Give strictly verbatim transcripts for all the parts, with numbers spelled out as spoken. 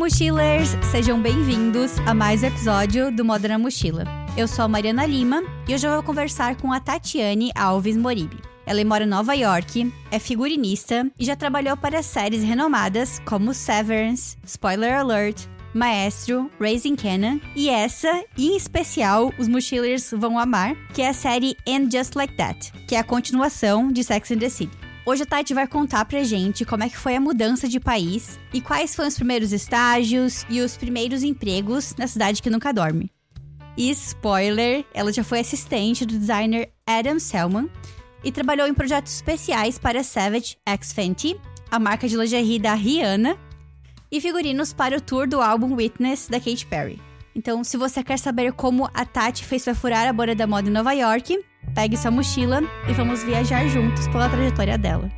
mochilers! Sejam bem-vindos a mais um episódio do Moda na Mochila. Eu sou a Mariana Lima e hoje eu vou conversar com a Tatiane Alves Moribe. Ela mora em Nova York, é figurinista e já trabalhou para séries renomadas como Severance, Spoiler Alert, Maestro, Raising Kanan e essa, em especial, os mochilers vão amar, que é a série And Just Like That, que é a continuação de Sex and the City. Hoje a Tati vai contar pra gente como é que foi a mudança de país e quais foram os primeiros estágios e os primeiros empregos na cidade que nunca dorme. E spoiler, ela já foi assistente do designer Adam Selman e trabalhou em projetos especiais para Savage X Fenty, a marca de lingerie da Rihanna, e figurinos para o tour do álbum Witness da Katy Perry. Então, se você quer saber como a Tati fez pra furar a bolha da moda em Nova York, pegue sua mochila e vamos viajar juntos pela trajetória dela.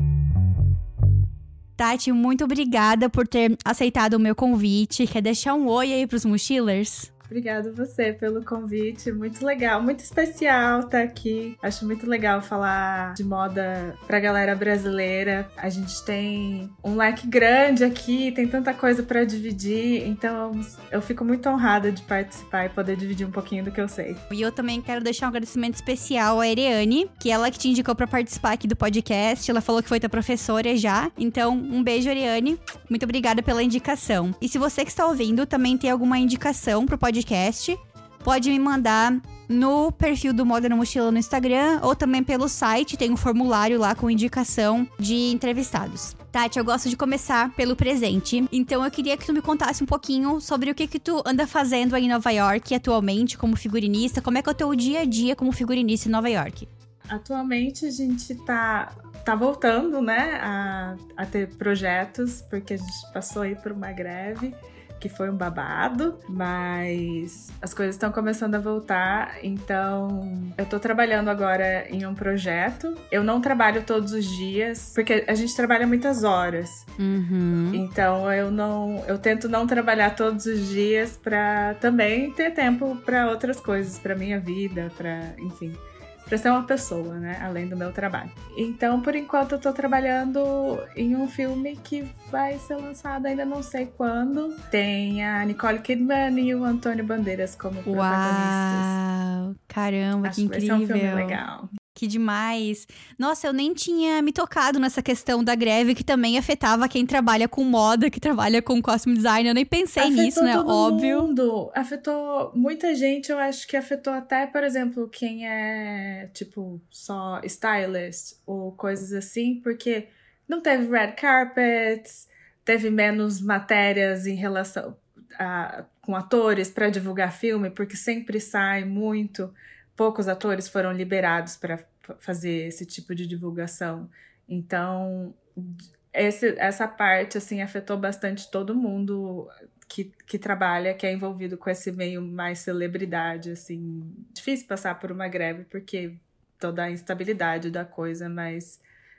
Tati, muito obrigada por ter aceitado o meu convite. Quer deixar um oi aí pros mochilers? Obrigada você pelo convite, muito legal, muito especial estar aqui. Acho muito legal falar de moda pra galera brasileira. A gente tem um leque grande aqui, tem tanta coisa pra dividir, então eu fico muito honrada de participar e poder dividir um pouquinho do que eu sei. E eu também quero deixar um agradecimento especial à Ariane, que ela que te indicou pra participar aqui do podcast. Ela falou que foi tua professora já, então um beijo, Ariane. Muito obrigada pela indicação. E se você que está ouvindo também tem alguma indicação pro podcast, podcast, pode me mandar no perfil do Moda na Mochila no Instagram ou também pelo site, tem um formulário lá com indicação de entrevistados. Tati, eu gosto de começar pelo presente, então eu queria que tu me contasse um pouquinho sobre o que que tu anda fazendo aí em Nova York atualmente como figurinista, como é que é o teu dia a dia como figurinista em Nova York? Atualmente a gente tá, tá voltando, né, a, a ter projetos, porque a gente passou aí por uma greve que foi um babado, mas as coisas estão começando a voltar, então eu tô trabalhando agora em um projeto. Eu não trabalho todos os dias, porque a gente trabalha muitas horas. Uhum. Então eu não, eu tento não trabalhar todos os dias pra também ter tempo pra outras coisas, pra minha vida, pra, enfim, pra ser uma pessoa, né, além do meu trabalho. Então, por enquanto, eu tô trabalhando em um filme que vai ser lançado ainda não sei quando. Tem a Nicole Kidman e o Antônio Bandeiras como protagonistas. Uau! Caramba, Acho que incrível! Vai ser um filme legal. Que demais! Nossa, eu nem tinha me tocado nessa questão da greve que também afetava quem trabalha com moda, que trabalha com costume design. Eu nem pensei afetou nisso, né? Todo Óbvio. Mundo. Afetou muita gente, eu acho que afetou até, por exemplo, quem é, tipo, só stylist ou coisas assim, porque não teve red carpets, teve menos matérias em relação a, com atores para divulgar filme, porque sempre sai muito. Poucos atores foram liberados para fazer esse tipo de divulgação. Então, esse, essa parte, assim, afetou bastante todo mundo que, que trabalha, que é envolvido com esse meio mais celebridade, assim. Difícil passar por uma greve, porque toda a instabilidade da coisa, mas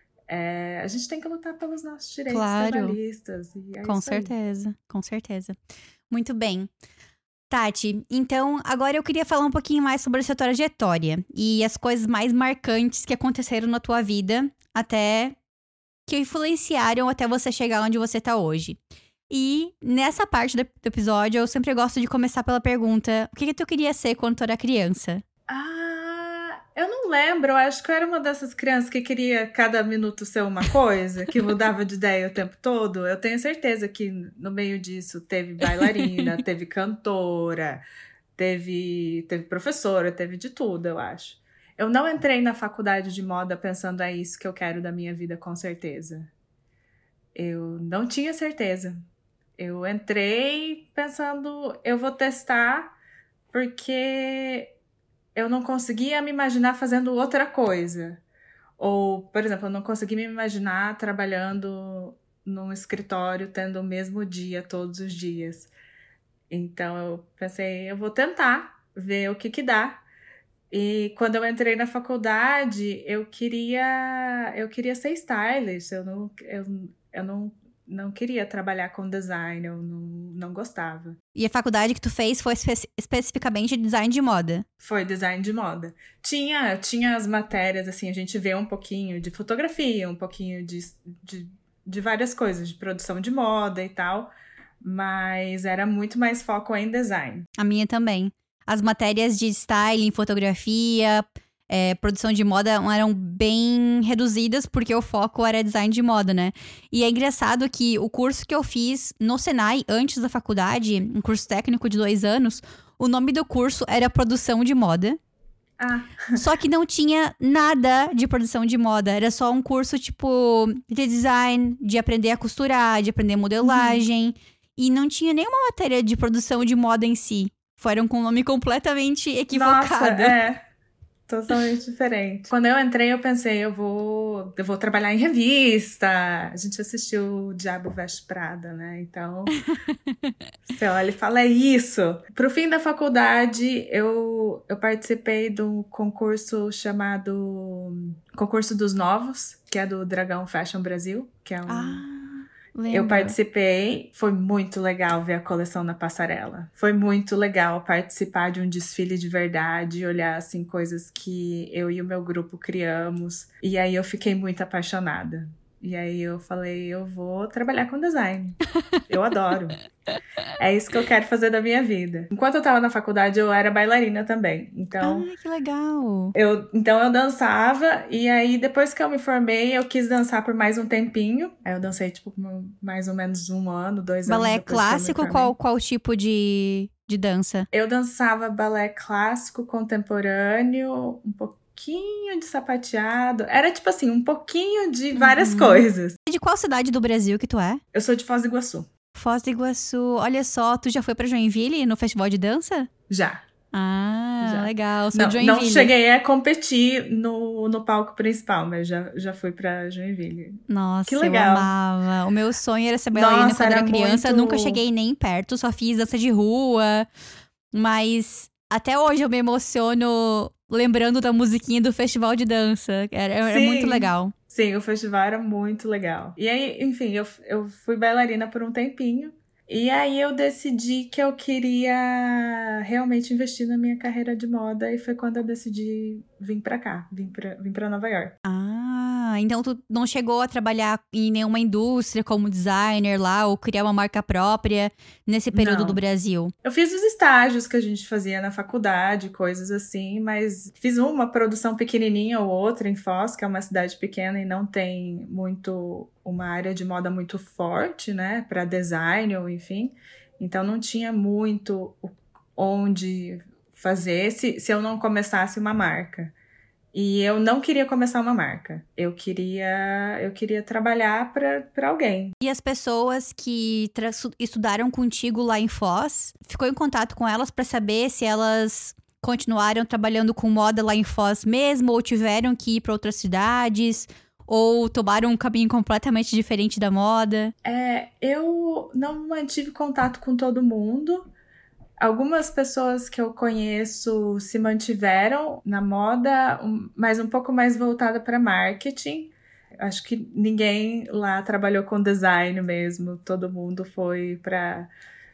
é, a gente tem que lutar pelos nossos direitos Claro. trabalhistas. E é com isso certeza, aí. com certeza. Muito bem. Tati, então agora eu queria falar um pouquinho mais sobre a sua trajetória e as coisas mais marcantes que aconteceram na tua vida até que influenciaram até você chegar onde você tá hoje. E nessa parte do episódio eu sempre gosto de começar pela pergunta: o que que tu queria ser quando tu era criança? Ah, eu não lembro, eu acho que eu era uma dessas crianças que queria cada minuto ser uma coisa, que mudava de ideia o tempo todo. Eu tenho certeza que no meio disso teve bailarina, teve cantora, teve, teve professora, teve de tudo, eu acho. Eu não entrei na faculdade de moda pensando é isso que eu quero da minha vida, com certeza. Eu não tinha certeza. Eu entrei pensando, eu vou testar, porque eu não conseguia me imaginar fazendo outra coisa. Ou, por exemplo, eu não conseguia me imaginar trabalhando num escritório, tendo o mesmo dia todos os dias. Então eu pensei, eu vou tentar ver o que que dá. E quando eu entrei na faculdade, eu queria, eu queria ser stylist. Eu não, eu, eu não, não queria trabalhar com design, eu não, não gostava. E a faculdade que tu fez foi espe- especificamente design de moda? Foi design de moda. Tinha, tinha as matérias, assim, a gente vê um pouquinho de fotografia, um pouquinho de, de, de várias coisas, de produção de moda e tal. mas era muito mais foco em design. A minha também. As matérias de styling, fotografia, é, produção de moda eram bem reduzidas porque o foco era design de moda, né? E é engraçado que o curso que eu fiz no Senai, antes da faculdade, um curso técnico de dois anos, o nome do curso era Produção de Moda. Ah. Só que não tinha nada de produção de moda. Era só um curso, tipo, de design, de aprender a costurar, de aprender modelagem. Uhum. E não tinha nenhuma matéria de produção de moda em si. Foram com um nome completamente equivocado. Nossa, é. Totalmente diferente. Quando eu entrei, eu pensei, eu vou, eu vou trabalhar em revista. A gente assistiu O Diabo Veste Prada, né? Então, você olha e fala, é isso. Pro fim da faculdade, eu, eu participei de um concurso chamado Concurso dos Novos, que é do Dragão Fashion Brasil, que é um... Ah. Lembro. Eu participei, foi muito legal ver a coleção na passarela. Foi muito legal participar de um desfile de verdade, olhar assim coisas que eu e o meu grupo criamos. E aí eu fiquei muito apaixonada. E aí eu falei, eu vou trabalhar com design. Eu adoro. É isso que eu quero fazer da minha vida. Enquanto eu tava na faculdade, eu era bailarina também. Então, ah, que legal. Eu, então eu dançava, e aí depois que eu me formei, eu quis dançar por mais um tempinho. Aí eu dancei, tipo, mais ou menos um ano, dois anos. Balé clássico, qual, qual tipo de, de dança? Eu dançava balé clássico, contemporâneo, um pouquinho pouquinho de sapateado. Era tipo assim, um pouquinho de várias uhum. coisas. E de qual cidade do Brasil que tu é? Eu sou de Foz do Iguaçu. Foz do Iguaçu. Olha só, tu já foi pra Joinville no festival de dança? Já. Ah, já. Legal. Sou não, de Joinville. Não cheguei a competir no, no palco principal, mas já, já fui pra Joinville. Nossa, que legal. Eu amava. O meu sonho era ser bailarina Nossa, quando era, era criança. Muito... Nunca cheguei nem perto, só fiz dança de rua. Mas até hoje eu me emociono lembrando da musiquinha do festival de dança. Era, era muito legal. Sim, o festival era muito legal. E aí, enfim, eu, eu fui bailarina por um tempinho. E aí eu decidi que eu queria realmente investir na minha carreira de moda. E foi quando eu decidi vir pra cá, vir pra, vir pra Nova York. Ah, então tu não chegou a trabalhar em nenhuma indústria como designer lá, ou criar uma marca própria nesse período não. do Brasil? Eu fiz os estágios que a gente fazia na faculdade, coisas assim, mas fiz uma produção pequenininha ou outra em Foz, que é uma cidade pequena e não tem muito... uma área de moda muito forte, né, para design ou enfim, então não tinha muito onde fazer se, se eu não começasse uma marca. E eu não queria começar uma marca, eu queria, eu queria trabalhar para alguém. E as pessoas que tra- estudaram contigo lá em Foz, ficou em contato com elas para saber se elas continuaram trabalhando com moda lá em Foz mesmo, ou tiveram que ir para outras cidades... Ou tomaram um caminho completamente diferente da moda? É, eu não mantive contato com todo mundo. Algumas pessoas que eu conheço se mantiveram na moda, mas um pouco mais voltada para marketing. Acho que ninguém lá trabalhou com design mesmo. Todo mundo foi para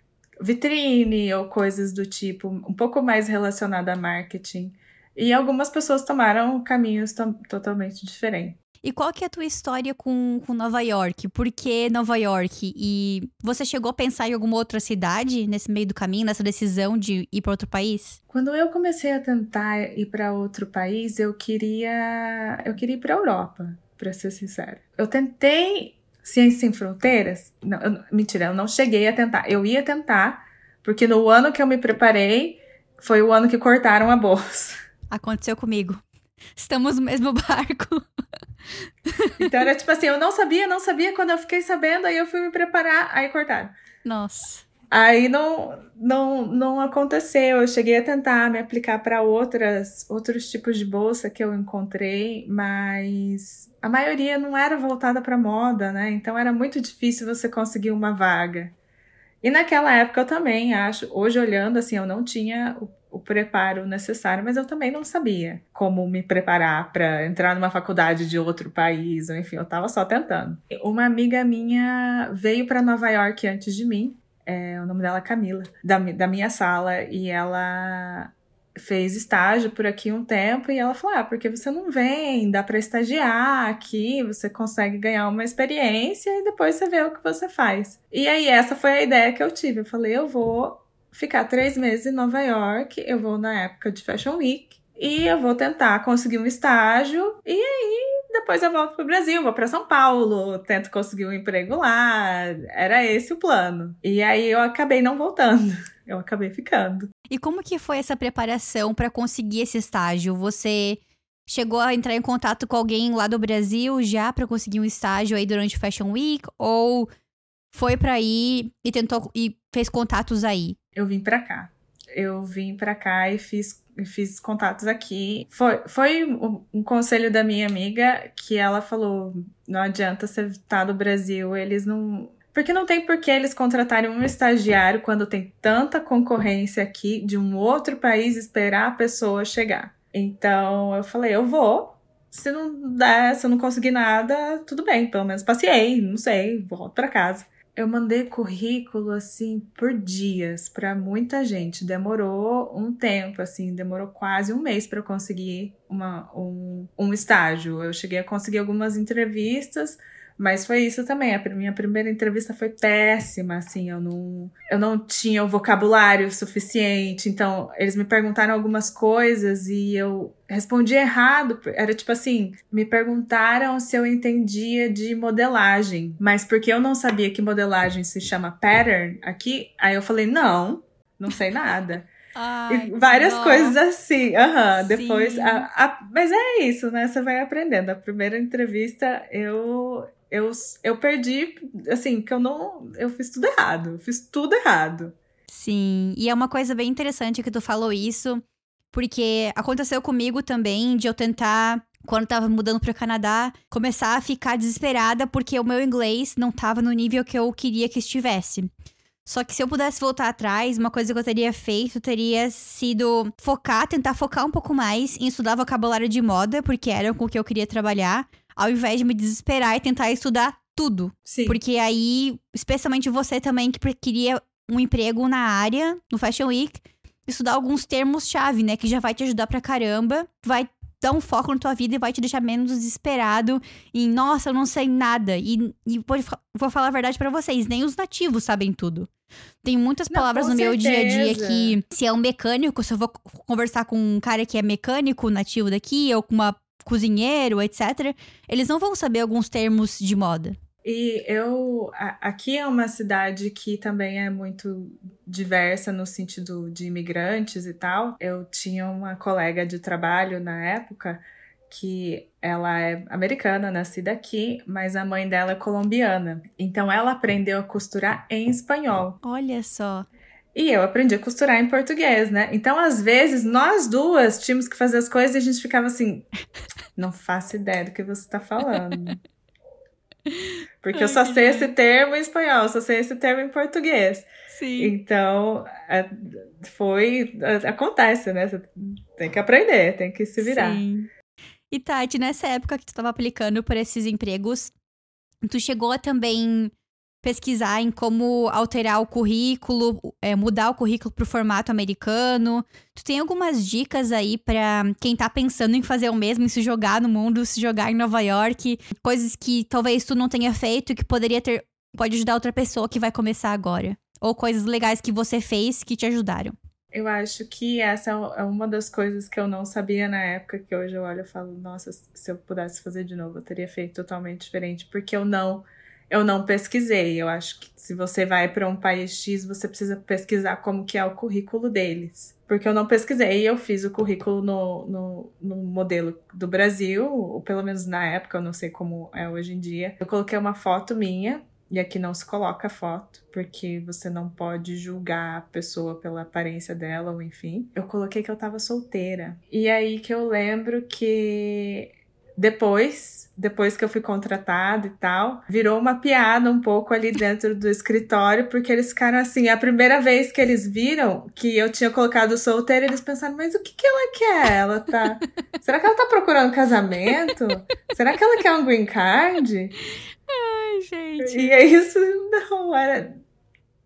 vitrine ou coisas do tipo, um pouco mais relacionado a marketing. E algumas pessoas tomaram caminhos t- totalmente diferentes. E qual que é a tua história com, com Nova York? Por que Nova York? E você chegou a pensar em alguma outra cidade nesse meio do caminho, nessa decisão de ir para outro país? Quando eu comecei a tentar ir para outro país, eu queria, eu queria ir para a Europa, para ser sincera. Eu tentei Ciência Sem Fronteiras. Não, eu, mentira, eu não cheguei a tentar. Eu ia tentar, porque no ano que eu me preparei, foi o ano que cortaram a bolsa. Aconteceu comigo. Estamos no mesmo barco. Então era tipo assim, eu não sabia, não sabia, quando eu fiquei sabendo, aí eu fui me preparar, aí cortaram. Nossa. Aí não, não, não aconteceu, eu cheguei a tentar me aplicar para outras, outros tipos de bolsa que eu encontrei, mas a maioria não era voltada para moda, né? Então era muito difícil você conseguir uma vaga. E naquela época eu também acho, hoje olhando assim, eu não tinha o o preparo necessário, mas eu também não sabia como me preparar para entrar numa faculdade de outro país, ou enfim, eu estava só tentando. Uma amiga minha veio para Nova York antes de mim, é, o nome dela é Camila, da, da minha sala, e ela fez estágio por aqui um tempo e ela falou, ah, porque você não vem, dá pra estagiar aqui, você consegue ganhar uma experiência e depois você vê o que você faz. E aí essa foi a ideia que eu tive. Eu falei, eu vou ficar três meses em Nova York, eu vou na época de Fashion Week e eu vou tentar conseguir um estágio e aí depois eu volto pro Brasil, vou pra São Paulo, tento conseguir um emprego lá. Era esse o plano. E aí eu acabei não voltando. Eu acabei ficando. E como que foi essa preparação pra conseguir esse estágio? Você chegou a entrar em contato com alguém lá do Brasil já pra conseguir um estágio aí durante o Fashion Week? Ou foi pra aí e tentou e fez contatos aí? Eu vim pra cá. Eu vim pra cá e fiz, fiz contatos aqui. Foi, foi um, um conselho da minha amiga que ela falou, não adianta você estar no Brasil, eles não... Porque não tem por que eles contratarem um estagiário quando tem tanta concorrência aqui de um outro país esperar a pessoa chegar. Então eu falei, eu vou. Se não der, se eu não conseguir nada, tudo bem, pelo menos passei, não sei, volto pra casa. Eu mandei currículo, assim, por dias pra muita gente. Demorou um tempo, assim, demorou quase um mês pra eu conseguir uma, um, um estágio. Eu cheguei a conseguir algumas entrevistas, mas foi isso também. A minha primeira entrevista foi péssima, assim, eu não, eu não tinha o vocabulário suficiente. Então, eles me perguntaram algumas coisas e eu respondi errado. Era tipo assim, me perguntaram se eu entendia de modelagem, mas porque eu não sabia que modelagem se chama pattern aqui, aí eu falei, não, não sei nada. Ai, e várias dó. coisas assim, aham, Sim. depois, a, a, mas é isso, né, você vai aprendendo. A primeira entrevista, eu, eu, eu perdi, assim, que eu não, eu fiz tudo errado, eu fiz tudo errado. Sim, e é uma coisa bem interessante que tu falou isso, porque aconteceu comigo também de eu tentar, quando tava mudando pro Canadá, começar a ficar desesperada porque o meu inglês não tava no nível que eu queria que estivesse. Só que se eu pudesse voltar atrás, uma coisa que eu teria feito teria sido focar, tentar focar um pouco mais em estudar vocabulário de moda, porque era com o que eu queria trabalhar, ao invés de me desesperar e tentar estudar tudo. Sim. Porque aí, especialmente você também que queria um emprego na área, no Fashion Week, estudar alguns termos-chave, né, que já vai te ajudar pra caramba, vai dar um foco na tua vida e vai te deixar menos desesperado em, nossa, eu não sei nada. E, e vou, vou falar a verdade pra vocês, nem os nativos sabem tudo. Tem muitas palavras não, no meu dia a dia certeza. que, se é um mecânico, se eu vou conversar com um cara que é mecânico nativo daqui, ou com uma cozinheiro, etcétera, eles não vão saber alguns termos de moda. E eu, a, aqui é uma cidade que também é muito diversa no sentido de imigrantes e tal. Eu tinha uma colega de trabalho na época que ela é americana, nascida aqui, mas a mãe dela é colombiana. Então ela aprendeu a costurar em espanhol. Olha só. E eu aprendi a costurar em português, né? Então, às vezes, nós duas tínhamos que fazer as coisas e a gente ficava assim, não faço ideia do que você tá falando. Porque Ai, eu só sei esse termo em espanhol, só sei esse termo em português. Sim. Então, foi... Acontece, né? Você tem que aprender, tem que se virar. Sim. E Tati, nessa época que tu tava aplicando por esses empregos, tu chegou a também pesquisar em como alterar o currículo, é, mudar o currículo pro formato americano. Tu tem algumas dicas aí pra quem tá pensando em fazer o mesmo, em se jogar no mundo, se jogar em Nova York, coisas que talvez tu não tenha feito e que poderia ter, pode ajudar outra pessoa que vai começar agora. Ou coisas legais que você fez que te ajudaram. Eu acho que essa é uma das coisas que eu não sabia na época, que hoje eu olho e falo, nossa, se eu pudesse fazer de novo, eu teria feito totalmente diferente, porque eu não... Eu não pesquisei. Eu acho que se você vai para um país X, você precisa pesquisar como que é o currículo deles. Porque eu não pesquisei, eu fiz o currículo no, no, no modelo do Brasil, ou pelo menos na época, eu não sei como é hoje em dia. Eu coloquei uma foto minha, e aqui não se coloca foto, porque você não pode julgar a pessoa pela aparência dela, ou enfim. Eu coloquei que eu tava solteira. E aí que eu lembro que... Depois, depois que eu fui contratada e tal, virou uma piada um pouco ali dentro do escritório, porque eles ficaram assim, a primeira vez que eles viram que eu tinha colocado solteira, eles pensaram, mas o que que ela quer? Ela tá... Será que ela tá procurando casamento? Será que ela quer um green card? Ai, gente. E é isso, não, era...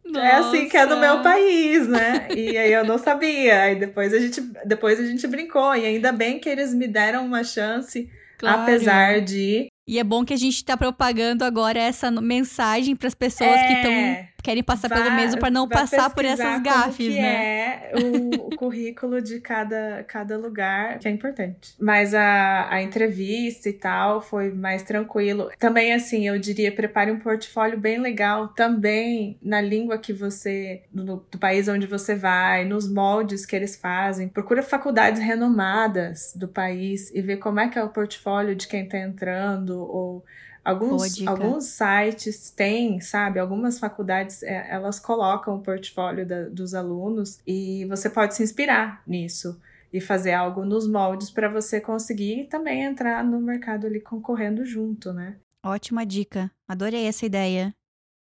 É assim que é no meu país, né? E aí eu não sabia. Aí depois a gente, depois a gente brincou. E ainda bem que eles me deram uma chance, claro. Apesar de... E é bom que a gente tá propagando agora essa mensagem para as pessoas é, que estão querem passar vá, pelo mesmo para não passar por essas gafes, como que né? É o, o currículo de cada, cada lugar, que é importante. Mas a, a entrevista e tal foi mais tranquilo. Também, assim, eu diria, prepare um portfólio bem legal também na língua que você, no, do país onde você vai, nos moldes que eles fazem. Procura faculdades renomadas do país e vê como é que é o portfólio de quem tá entrando, ou alguns, alguns sites têm, sabe, algumas faculdades, é, elas colocam o portfólio da, dos alunos e você pode se inspirar nisso e fazer algo nos moldes para você conseguir também entrar no mercado ali concorrendo junto, né? Ótima dica, adorei essa ideia.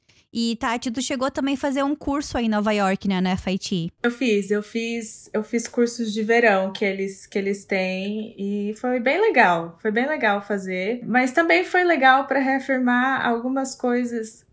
E, Tati, tu chegou também a fazer um curso aí em Nova York, né, na F I T? Eu fiz, eu fiz, eu fiz cursos de verão que eles, que eles têm e foi bem legal, foi bem legal fazer. Mas também foi legal para reafirmar algumas coisas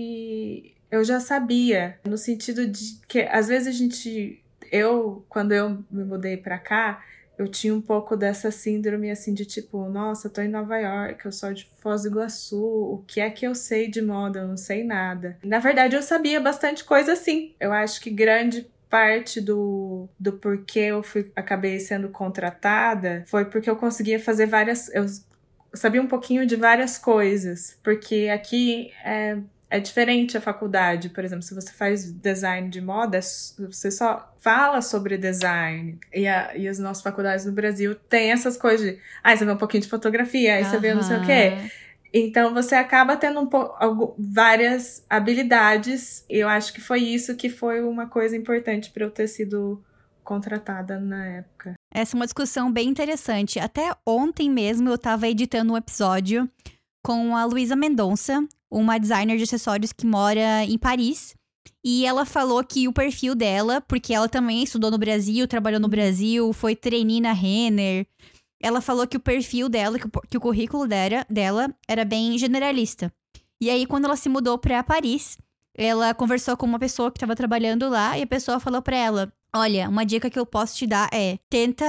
que eu já sabia, no sentido de que às vezes a gente, eu, quando eu me mudei para cá, eu tinha um pouco dessa síndrome, assim, de tipo, nossa, eu tô em Nova York, eu sou de Foz do Iguaçu, o que é que eu sei de moda? Eu não sei nada. Na verdade, eu sabia bastante coisa, sim. Eu acho que grande parte do, do porquê eu fui, acabei sendo contratada foi porque eu conseguia fazer várias... Eu sabia um pouquinho de várias coisas, porque aqui é... É diferente a faculdade, por exemplo, se você faz design de moda, você só fala sobre design. E, a, e as nossas faculdades no Brasil têm essas coisas de... Ah, você vê um pouquinho de fotografia, aí uhum. Você vê não sei o quê. Então, você acaba tendo um po- algo, várias habilidades. E eu acho que foi isso que foi uma coisa importante para eu ter sido contratada na época. Essa é uma discussão bem interessante. Até ontem mesmo eu estava editando um episódio com a Luísa Mendonça, uma designer de acessórios que mora em Paris. E ela falou que o perfil dela, porque ela também estudou no Brasil, trabalhou no Brasil, foi trainee na Renner. Ela falou que o perfil dela, que o, que o currículo dela, dela era bem generalista. E aí, quando ela se mudou pra Paris, ela conversou com uma pessoa que estava trabalhando lá e a pessoa falou pra ela: olha, uma dica que eu posso te dar é, tenta...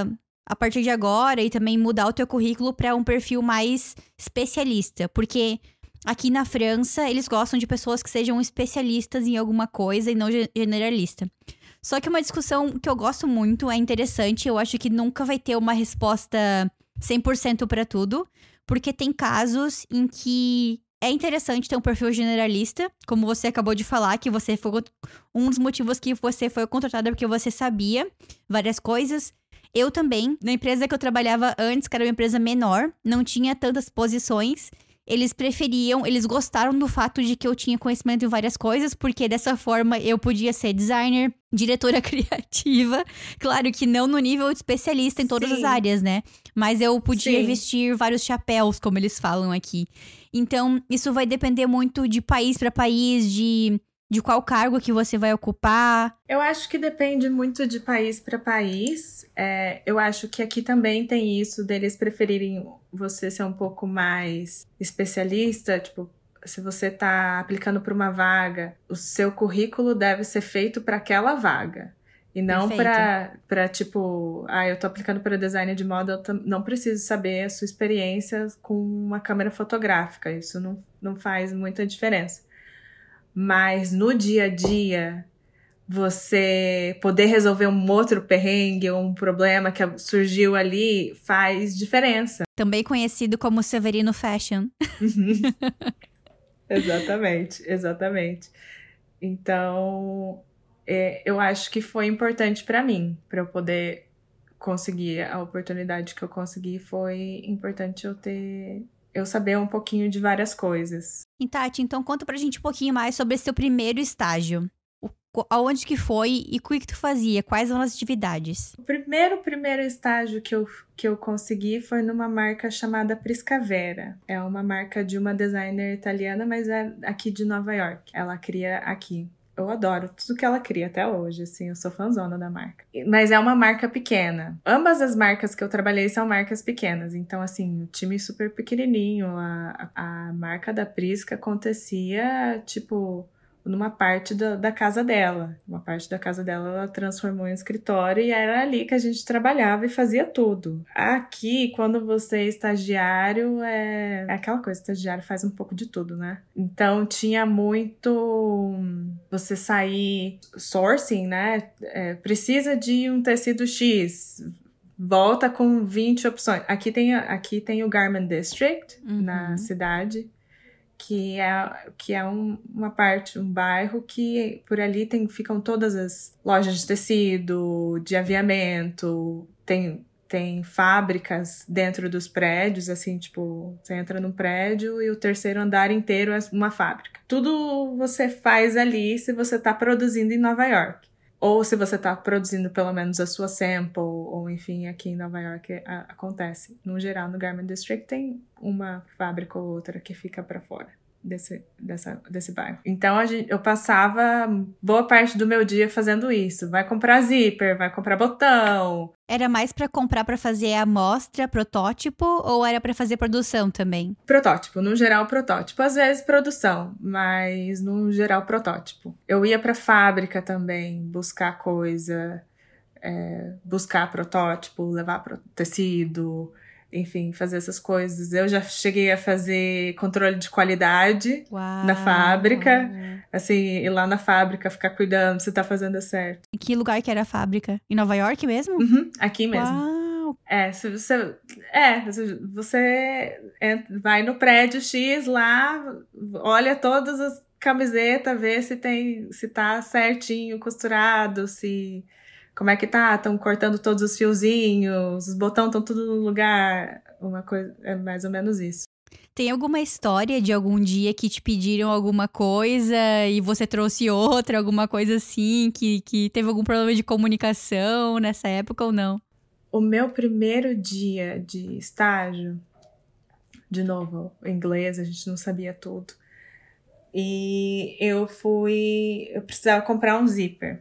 a partir de agora, e também mudar o teu currículo para um perfil mais especialista. Porque aqui na França, eles gostam de pessoas que sejam especialistas em alguma coisa e não generalista. Só que uma discussão que eu gosto muito, é interessante, eu acho que nunca vai ter uma resposta cem por cento para tudo, porque tem casos em que é interessante ter um perfil generalista, como você acabou de falar, que você foi um dos motivos que você foi contratada porque você sabia várias coisas. Eu também, na empresa que eu trabalhava antes, que era uma empresa menor, não tinha tantas posições. Eles preferiam, eles gostaram do fato de que eu tinha conhecimento em várias coisas, porque dessa forma eu podia ser designer, diretora criativa. Claro que não no nível de especialista em todas Sim. as áreas, né? Mas eu podia Sim. vestir vários chapéus, como eles falam aqui. Então, isso vai depender muito de país para país, de... de qual cargo que você vai ocupar? Eu acho que depende muito de país para país. É, eu acho que aqui também tem isso deles preferirem você ser um pouco mais especialista. Tipo, se você está aplicando para uma vaga, o seu currículo deve ser feito para aquela vaga. E não para, tipo, ah, eu tô aplicando para design de moda, eu t- não preciso saber a sua experiência com uma câmera fotográfica. Isso não, não faz muita diferença. Mas no dia a dia, você poder resolver um outro perrengue ou um problema que surgiu ali faz diferença. Também conhecido como Severino Fashion. Exatamente, exatamente. Então, é, eu acho que foi importante para mim, para eu poder conseguir a oportunidade que eu consegui, foi importante eu ter... eu saber um pouquinho de várias coisas. E Tati, então conta pra gente um pouquinho mais sobre esse teu primeiro estágio. O, aonde que foi e o que tu fazia? Quais eram as atividades? O primeiro, primeiro estágio que eu, que eu consegui foi numa marca chamada Priscavera. É uma marca de uma designer italiana, mas é aqui de Nova York. Ela cria aqui. Eu adoro tudo que ela cria até hoje, assim, eu sou fãzona da marca. Mas é uma marca pequena. Ambas as marcas que eu trabalhei são marcas pequenas, então, assim, o time super pequenininho. A, a, a marca da Prisca acontecia, tipo, numa parte da, da casa dela. Uma parte da casa dela ela transformou em escritório e era ali que a gente trabalhava e fazia tudo. Aqui, quando você é estagiário, é, é aquela coisa, estagiário faz um pouco de tudo, né? Então, tinha muito... Você sair sourcing, né? É, precisa de um tecido X... Volta com vinte opções. Aqui tem, aqui tem o Garment District, uhum. na cidade, que é, que é um, uma parte, um bairro que por ali tem, ficam todas as lojas de tecido, de aviamento, tem, tem fábricas dentro dos prédios, assim, tipo, você entra num prédio e o terceiro andar inteiro é uma fábrica. Tudo você faz ali se você está produzindo em Nova York. Ou se você está produzindo pelo menos a sua sample, ou enfim, aqui em Nova York a, acontece. No geral, no Garment District tem uma fábrica ou outra que fica para fora desse, dessa, desse bairro. Então a gente, eu passava boa parte do meu dia fazendo isso. Vai comprar zíper, vai comprar botão. Era mais para comprar para fazer a amostra, protótipo, ou era para fazer produção também? Protótipo, no geral protótipo. Às vezes produção, mas no geral protótipo. Eu ia para fábrica também buscar coisa, é, buscar protótipo, levar pro tecido, enfim, fazer essas coisas. Eu já cheguei a fazer controle de qualidade Uau. na fábrica. Assim, ir lá na fábrica, ficar cuidando se tá fazendo certo. Em que lugar que era a fábrica? Em Nova York mesmo? Uhum, aqui mesmo. Uau. É, se você, é, você vai no prédio X lá, olha todas as camisetas, vê se tem, se tá certinho costurado, se... Como é que tá? Estão cortando todos os fiozinhos, os botões estão tudo no lugar. Uma coisa, é mais ou menos isso. Tem alguma história de algum dia que te pediram alguma coisa e você trouxe outra, alguma coisa assim, que, que teve algum problema de comunicação nessa época ou não? O meu primeiro dia de estágio, de novo, inglês, a gente não sabia tudo. E eu fui... Eu precisava comprar um zíper.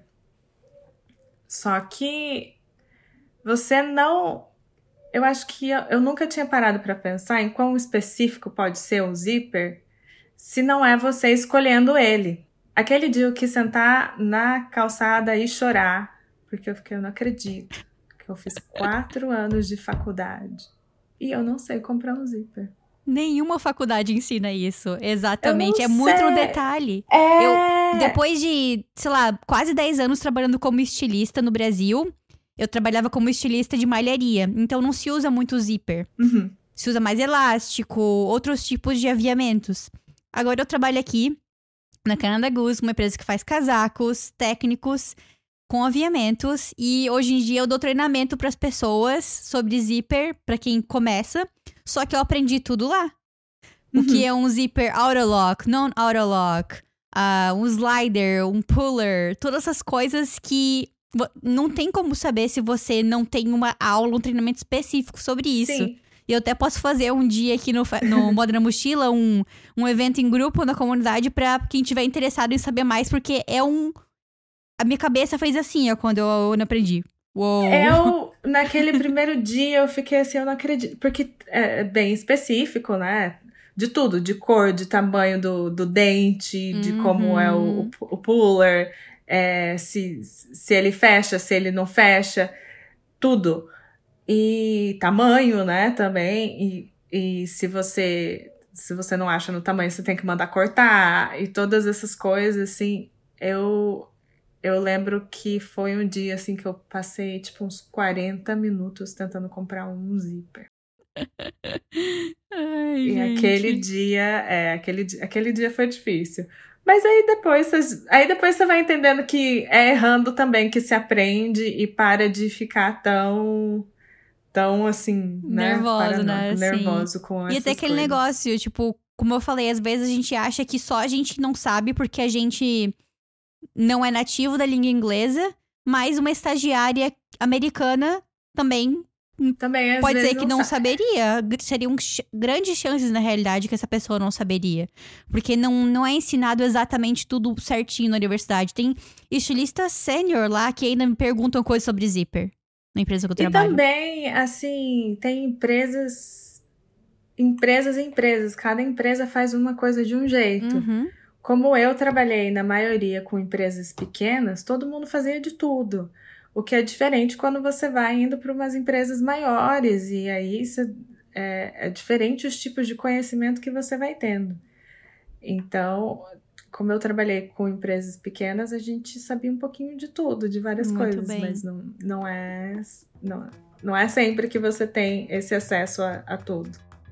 Só que você não... Eu acho que eu, eu nunca tinha parado para pensar em quão específico pode ser um zíper se não é você escolhendo ele. Aquele dia eu quis sentar na calçada e chorar, porque eu fiquei, eu não acredito que eu fiz quatro anos de faculdade e eu não sei comprar um zíper. Nenhuma faculdade ensina isso, exatamente. É sei. muito no detalhe. É... Eu, depois de, sei lá, quase dez anos trabalhando como estilista no Brasil, eu trabalhava como estilista de malharia. Então não se usa muito zíper. Uhum. Se usa mais elástico, outros tipos de aviamentos. Agora eu trabalho aqui na Canada Goose, uma empresa que faz casacos técnicos com aviamentos. E hoje em dia eu dou treinamento para as pessoas sobre zíper, para quem começa. Só que eu aprendi tudo lá. Uhum. O que é um zíper autolock, non-autolock, uh, um slider, um puller, todas essas coisas que não tem como saber se você não tem uma aula, um treinamento específico sobre isso. Sim. E eu até posso fazer um dia aqui no, no Moda na Mochila, um, um evento em grupo na comunidade pra quem tiver interessado em saber mais, porque é um... A minha cabeça fez assim, ó, quando eu, eu não aprendi. Uou. Eu, naquele primeiro dia, eu fiquei assim, eu não acredito. Porque é bem específico, né? De tudo, de cor, de tamanho do, do dente, de Uhum. como é o, o puller, é, se, se ele fecha, se ele não fecha, tudo. E tamanho, né, também. E, e se você se você não acha no tamanho, você tem que mandar cortar. E todas essas coisas, assim, eu... Eu lembro que foi um dia, assim, que eu passei, tipo, uns quarenta minutos tentando comprar um zíper. Ai, e gente. aquele dia, é, aquele, aquele dia foi difícil. Mas aí depois, você, aí depois você vai entendendo que é errando também que se aprende e para de ficar tão, tão assim, né? Nervoso, né? Nervoso Sim. com E essas até aquele coisas. negócio, tipo, como eu falei, às vezes a gente acha que só a gente não sabe porque a gente... não é nativo da língua inglesa, mas uma estagiária americana também, também pode ser que não, não saberia. Seriam ch- grandes chances, na realidade, que essa pessoa não saberia. Porque não, não é ensinado exatamente tudo certinho na universidade. Tem estilistas sênior lá que ainda me perguntam coisas sobre zíper na empresa que eu trabalho. E também, assim, tem empresas... Empresas e empresas. Cada empresa faz uma coisa de um jeito. Uhum. como eu trabalhei na maioria com empresas pequenas, todo mundo fazia de tudo. O que é diferente quando você vai indo para umas empresas maiores, e aí você, é, é diferente os tipos de conhecimento que você vai tendo. Então, como eu trabalhei com empresas pequenas, a gente sabia um pouquinho de tudo, de várias Muito coisas, bem. mas não, não, é, não, não é sempre que você tem esse acesso a, a tudo.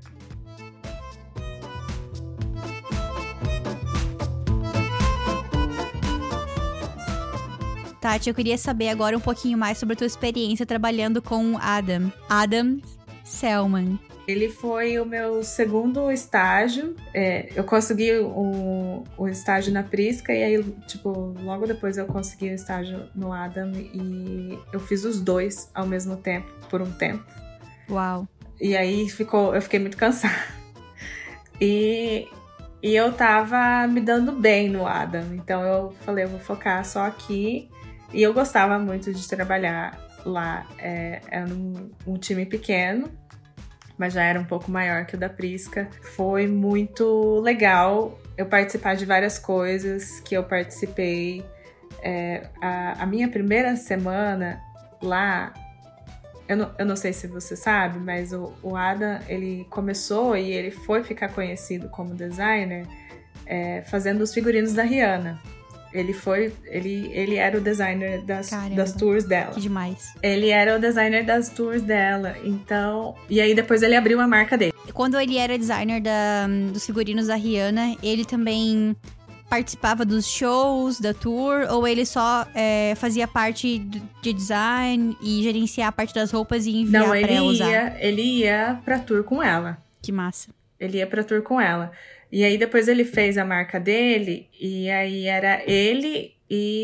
Tati, eu queria saber agora um pouquinho mais sobre a tua experiência trabalhando com o Adam. Adam Selman. Ele foi o meu segundo estágio. É, eu consegui o, o estágio na Prisca e aí, tipo, logo depois eu consegui o estágio no Adam e eu fiz os dois ao mesmo tempo, por um tempo. Uau. E aí ficou, eu fiquei muito cansada. E, e eu tava me dando bem no Adam. Então eu falei, eu vou focar só aqui. E eu gostava muito de trabalhar lá. É, era um, um time pequeno, mas já era um pouco maior que o da Prisca. Foi muito legal eu participar de várias coisas que eu participei. É, a, a minha primeira semana lá, eu não, eu não sei se você sabe, mas o, o Adam, ele começou e ele foi ficar conhecido como designer é, fazendo os figurinos da Rihanna. Ele foi, ele, ele era o designer das, das tours dela. Que demais. Ele era o designer das tours dela, então... E aí depois ele abriu a marca dele. Quando ele era designer da, dos figurinos da Rihanna, ele também participava dos shows da tour? Ou ele só é, fazia parte de design e gerenciar a parte das roupas e enviar Não, pra ele ela usar? Ia, ele ia pra tour com ela. Que massa. Ele ia pra tour com ela. E aí depois ele fez a marca dele, e aí era ele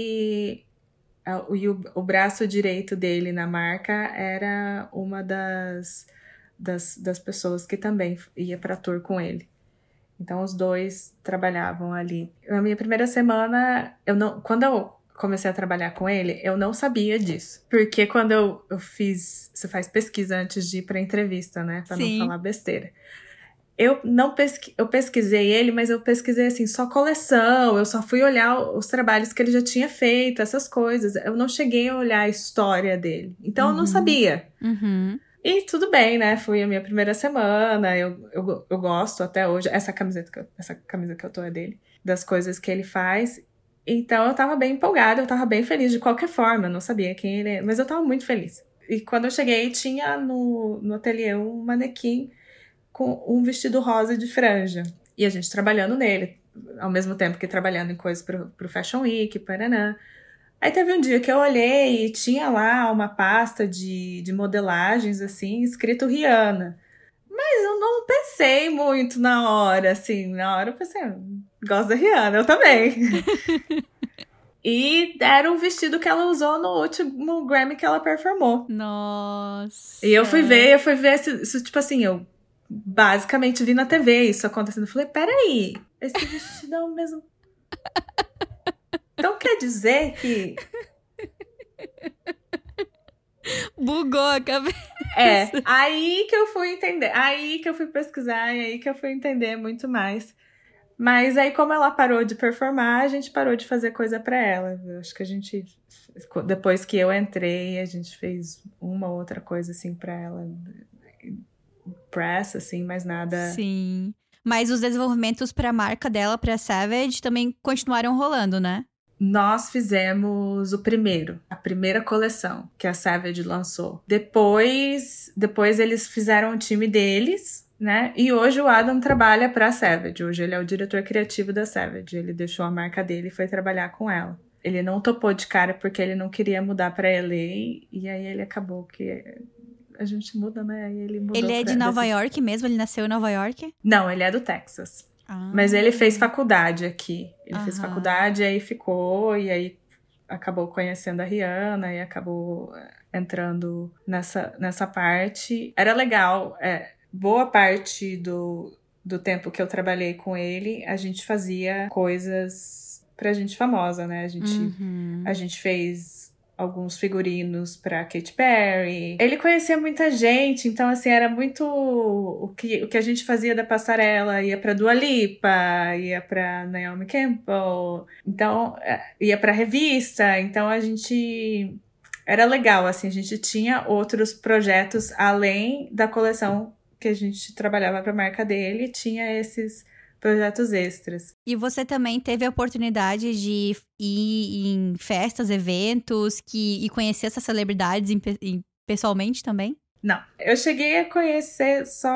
e, a, e o, o braço direito dele na marca era uma das, das, das pessoas que também ia pra tour com ele. Então os dois trabalhavam ali. Na minha primeira semana, eu não, quando eu comecei a trabalhar com ele, eu não sabia disso. Porque quando eu, eu fiz... Você faz pesquisa antes de ir pra entrevista, né? Pra Sim. não falar besteira. Eu não pesqui... eu pesquisei ele, mas eu pesquisei assim, só coleção, eu só fui olhar os trabalhos que ele já tinha feito, essas coisas. Eu não cheguei a olhar a história dele. Então, uhum. eu não sabia. Uhum. E tudo bem, né? Foi a minha primeira semana, eu, eu, eu gosto até hoje. Essa camiseta, que eu, essa camisa que eu tô é dele, das coisas que ele faz. Então, eu tava bem empolgada, eu tava bem feliz de qualquer forma, eu não sabia quem ele é, mas eu tava muito feliz. E quando eu cheguei, tinha no, no ateliê um manequim com um vestido rosa de franja. E a gente trabalhando nele, ao mesmo tempo que trabalhando em coisas pro, pro Fashion Week, paranã. Aí teve um dia que eu olhei e tinha lá uma pasta de, de modelagens, assim, escrito Rihanna. Mas eu não pensei muito na hora, assim. Na hora eu pensei, gosto da Rihanna, eu também. E era um vestido que ela usou no último Grammy que ela performou. Nossa! E eu fui ver, eu fui ver, isso, isso tipo assim, eu... basicamente vi na T V isso acontecendo. Eu falei, peraí, esse vestido é o mesmo. Então quer dizer que... Bugou a cabeça. É, aí que eu fui entender, aí que eu fui pesquisar, e aí que eu fui entender muito mais. Mas aí como ela parou de performar, a gente parou de fazer coisa pra ela. Eu acho que a gente, depois que eu entrei, a gente fez uma outra coisa assim pra ela. Press, assim, mas nada... Sim. Mas os desenvolvimentos pra marca dela, pra Savage, também continuaram rolando, né? Nós fizemos o primeiro, a primeira coleção que a Savage lançou. Depois, depois eles fizeram o time deles, né? E hoje o Adam trabalha pra Savage. Hoje ele é o diretor criativo da Savage. Ele deixou a marca dele e foi trabalhar com ela. Ele não topou de cara porque ele não queria mudar pra L A. E aí ele acabou que... A gente muda, né? Aí ele mudou. Ele é pra de Nova desse... York mesmo? Ele nasceu em Nova York? Não, ele é do Texas. Ah. Mas ele fez faculdade aqui. Ele Aham. fez faculdade, aí ficou, e aí acabou conhecendo a Rihanna, e acabou entrando nessa, nessa parte. Era legal. É, boa parte do, do tempo que eu trabalhei com ele, a gente fazia coisas pra gente famosa, né? A gente, Uhum. a gente fez alguns figurinos pra Katy Perry. Ele conhecia muita gente, então assim, era muito o que, o que a gente fazia da passarela, ia pra Dua Lipa, ia pra Naomi Campbell, então ia pra revista, então a gente era legal, assim, a gente tinha outros projetos além da coleção que a gente trabalhava pra marca dele, tinha esses projetos extras. E você também teve a oportunidade de ir em festas, eventos que, e conhecer essas celebridades em, em, pessoalmente também? Não. Eu cheguei a conhecer só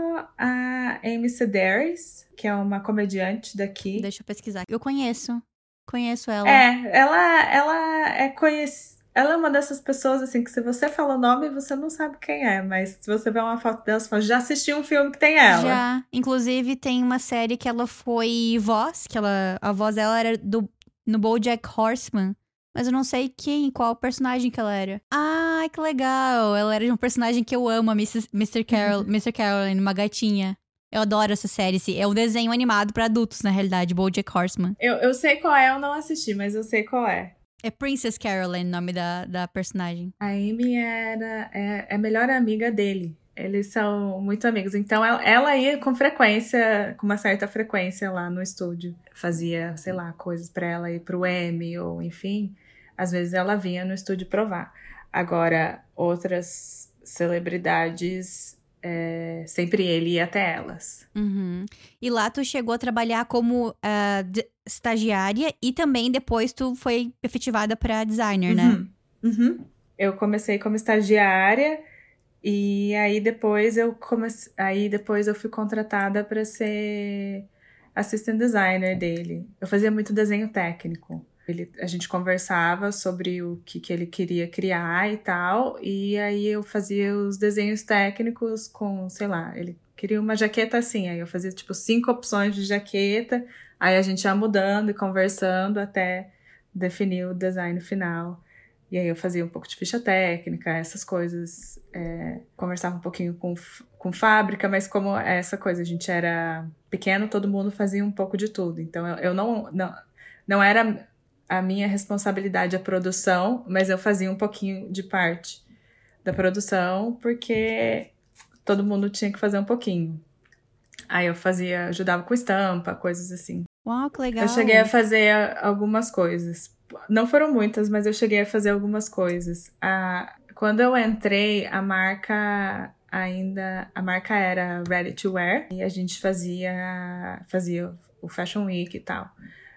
a Amy Sedaris, que é uma comediante daqui. Deixa eu pesquisar. Eu conheço. Conheço ela. É, ela, ela é conhecida. Ela é uma dessas pessoas, assim, que se você fala o nome, você não sabe quem é. Mas se você vê uma foto dela, você fala, já assisti um filme que tem ela. Já. Inclusive, tem uma série que ela foi voz, que ela, a voz dela era do, no BoJack Horseman. Mas eu não sei quem, qual personagem que ela era. Ah, que legal. Ela era de um personagem que eu amo, a missus mister Carol, mister Caroline, uma gatinha. Eu adoro essa série. É um desenho animado pra adultos, na realidade, BoJack Horseman. Eu, eu sei qual é, eu não assisti, mas eu sei qual é. É Princess Caroline o nome da, da personagem. A Amy era, é, é a melhor amiga dele. Eles são muito amigos. Então, ela, ela ia com frequência, com uma certa frequência lá no estúdio. Fazia, sei lá, coisas pra ela ir pro Emmy, ou enfim. Às vezes ela vinha no estúdio provar. Agora, outras celebridades, é, sempre ele ia até elas. Uhum. E lá tu chegou a trabalhar como uh, de, estagiária e também depois tu foi efetivada pra designer, né? Uhum. Uhum. Eu comecei como estagiária e aí depois eu comecei, aí depois eu fui contratada para ser assistant designer dele. Eu fazia muito desenho técnico. Ele, a gente conversava sobre o que, que ele queria criar e tal, e aí eu fazia os desenhos técnicos com, sei lá, ele queria uma jaqueta assim, aí eu fazia tipo cinco opções de jaqueta, aí a gente ia mudando e conversando até definir o design final. E aí eu fazia um pouco de ficha técnica, essas coisas, é, conversava um pouquinho com, com fábrica, mas como essa coisa, a gente era pequeno, todo mundo fazia um pouco de tudo, então eu, eu não, não, não era a minha responsabilidade a produção, mas eu fazia um pouquinho de parte da produção, porque todo mundo tinha que fazer um pouquinho. Aí eu fazia, ajudava com estampa, coisas assim. Uau, que legal! Eu cheguei a fazer algumas coisas. Não foram muitas, mas eu cheguei a fazer algumas coisas. A, quando eu entrei, a marca ainda... A marca era Ready to Wear, e a gente fazia, fazia o Fashion Week e tal.